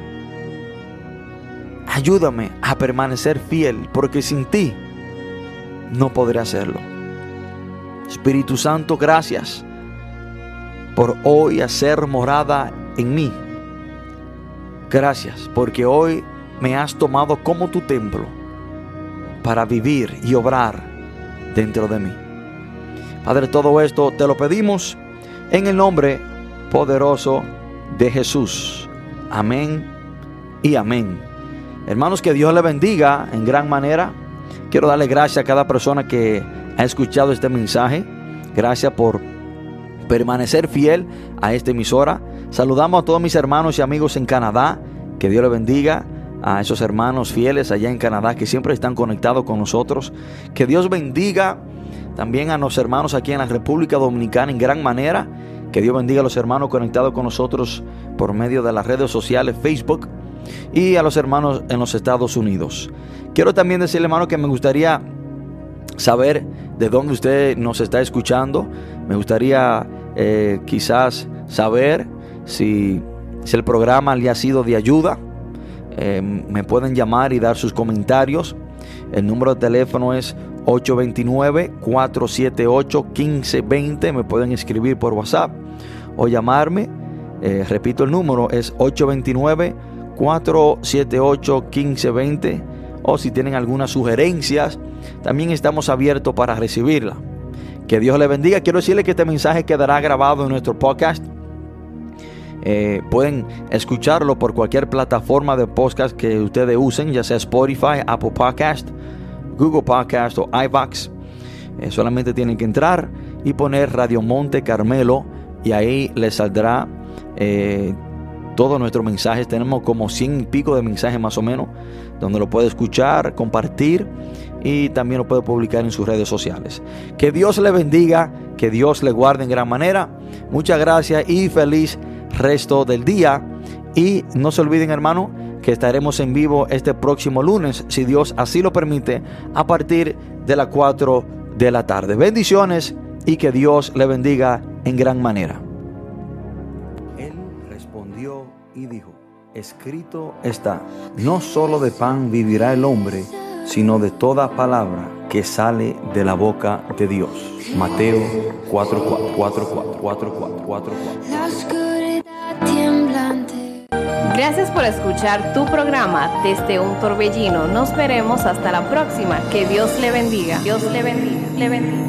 Ayúdame a permanecer fiel, porque sin ti no podré hacerlo. Espíritu Santo, gracias por hoy hacer morada en mí. Gracias porque hoy me has tomado como tu templo para vivir y obrar dentro de mí. Padre, todo esto te lo pedimos en el nombre poderoso de Jesús. Amén y amén. Hermanos, que Dios le bendiga en gran manera. Quiero darle gracias a cada persona que ha escuchado este mensaje. Gracias por permanecer fiel a esta emisora. Saludamos a todos mis hermanos y amigos en Canadá. Que Dios le bendiga a esos hermanos fieles allá en Canadá que siempre están conectados con nosotros. Que Dios bendiga también a los hermanos aquí en la República Dominicana en gran manera. Que Dios bendiga a los hermanos conectados con nosotros por medio de las redes sociales, Facebook, y a los hermanos en los Estados Unidos. Quiero también decirle, hermano, que me gustaría saber de dónde usted nos está escuchando. Me gustaría quizás saber si el programa le ha sido de ayuda. Me pueden llamar y dar sus comentarios. El número de teléfono es 829-478-1520. Me pueden escribir por WhatsApp o llamarme. Repito, el número es 829-478-1520. O si tienen algunas sugerencias, también estamos abiertos para recibirla. Que Dios le bendiga. Quiero decirle que este mensaje quedará grabado en nuestro podcast Pueden escucharlo por cualquier plataforma de podcast que ustedes usen, ya sea Spotify, Apple Podcast, Google Podcast o iVoox. Solamente tienen que entrar y poner Radio Monte Carmelo y ahí les saldrá todos nuestros mensajes. Tenemos como 100 y pico de mensajes más o menos, donde lo puede escuchar, compartir y también lo puede publicar en sus redes sociales. Que Dios le bendiga, que Dios le guarde en gran manera. Muchas gracias y feliz resto del día. Y no se olviden, hermano, que estaremos en vivo este próximo lunes, si Dios así lo permite, a partir de las 4 de la tarde. Bendiciones y que Dios le bendiga en gran manera. Él respondió y dijo: escrito está, no solo de pan vivirá el hombre, sino de toda palabra que sale de la boca de Dios. Mateo 4:4. La oscuridad temblante. Gracias por escuchar tu programa Desde un Torbellino. Nos veremos hasta la próxima. Que Dios le bendiga. Dios le bendiga. Le bendiga.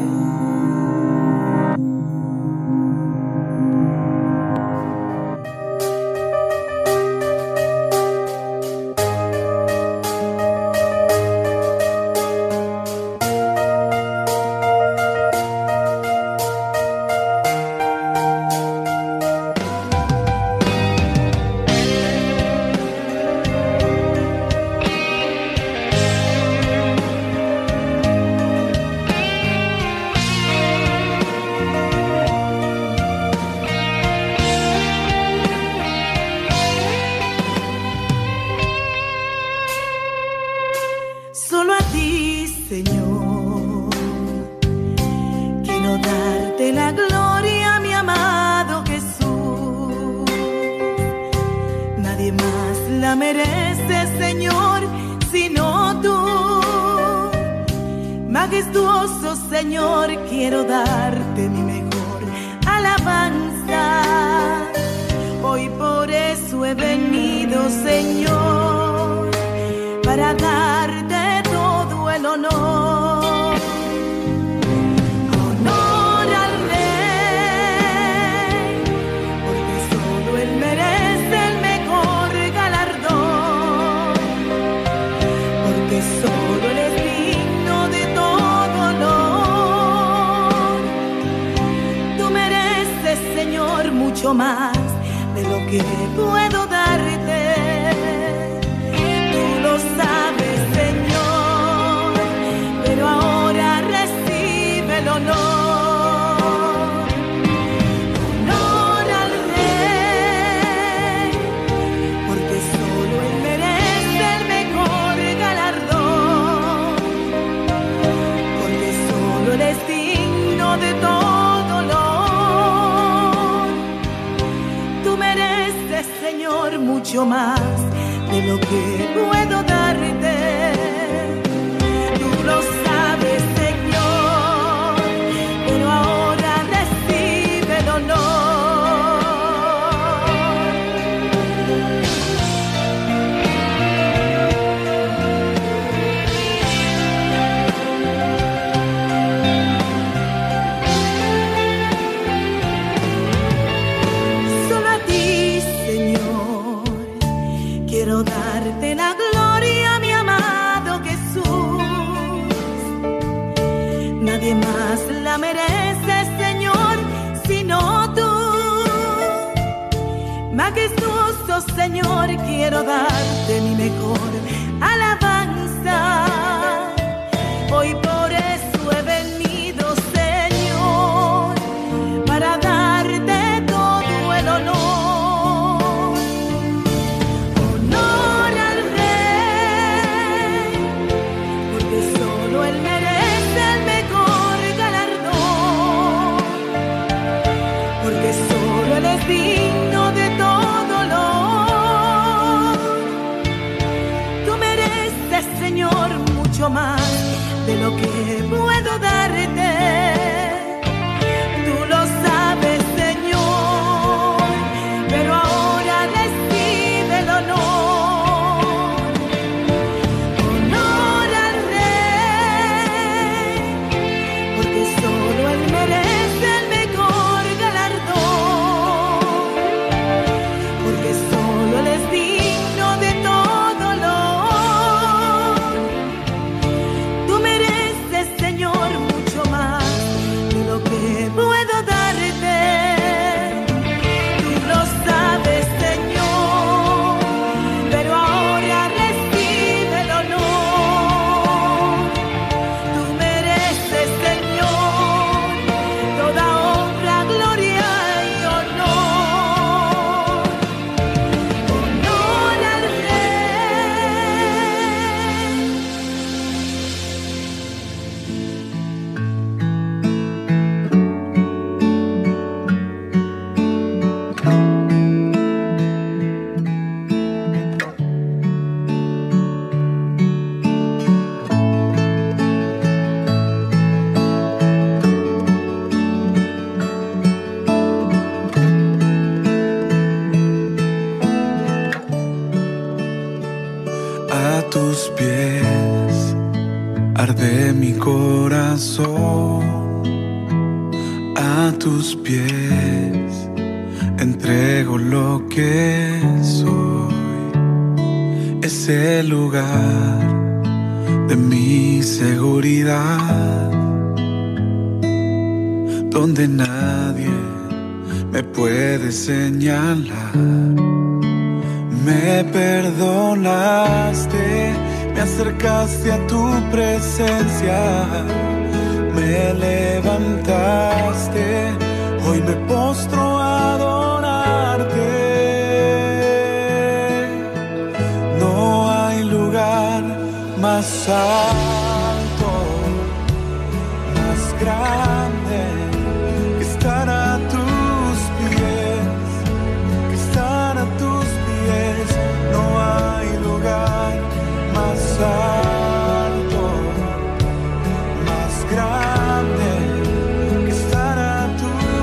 Majestuoso Señor, quiero darte mi mejor alabanza. Hoy por eso he venido, Señor, para darte todo el honor. Honor al Rey, porque solo Él merece el mejor galardón, porque solo Él es digno de todo honor. Tú mereces, Señor, mucho más de lo que puedo darte. Tú lo sabes, Señor, pero ahora recibe el honor. Honor al Rey, porque solo Él merece el mejor galardón, porque solo Él es digno de todo honor. Tú mereces, Señor, mucho más de lo que puedo darte. Tú lo sabes, Señor, pero ahora recibe el honor. Solo a ti, Señor, quiero darte la gloria, mi amado Jesús. Nadie más la merece, Señor, sino tú. Majestuoso Señor, quiero darte mi mejor alabanza. Hoy por eso he venido, Señor, para darte todo el honor. Honor al Rey, porque solo Él merece el mejor galardón, porque solo Él es digno de todo honor. Tú mereces, Señor, mucho más de lo que puedo darte. Tú lo sabes, Señor, pero ahora recibe el honor. Honor al Rey, porque solo Él merece el mejor galardón, arde mi corazón. A tus pies entrego lo que soy. Es el lugar de mi seguridad, donde nadie me puede señalar. Me perdonaste, me acercaste a tu presencia, me levantaste, hoy me postro a adorarte. No hay lugar más alto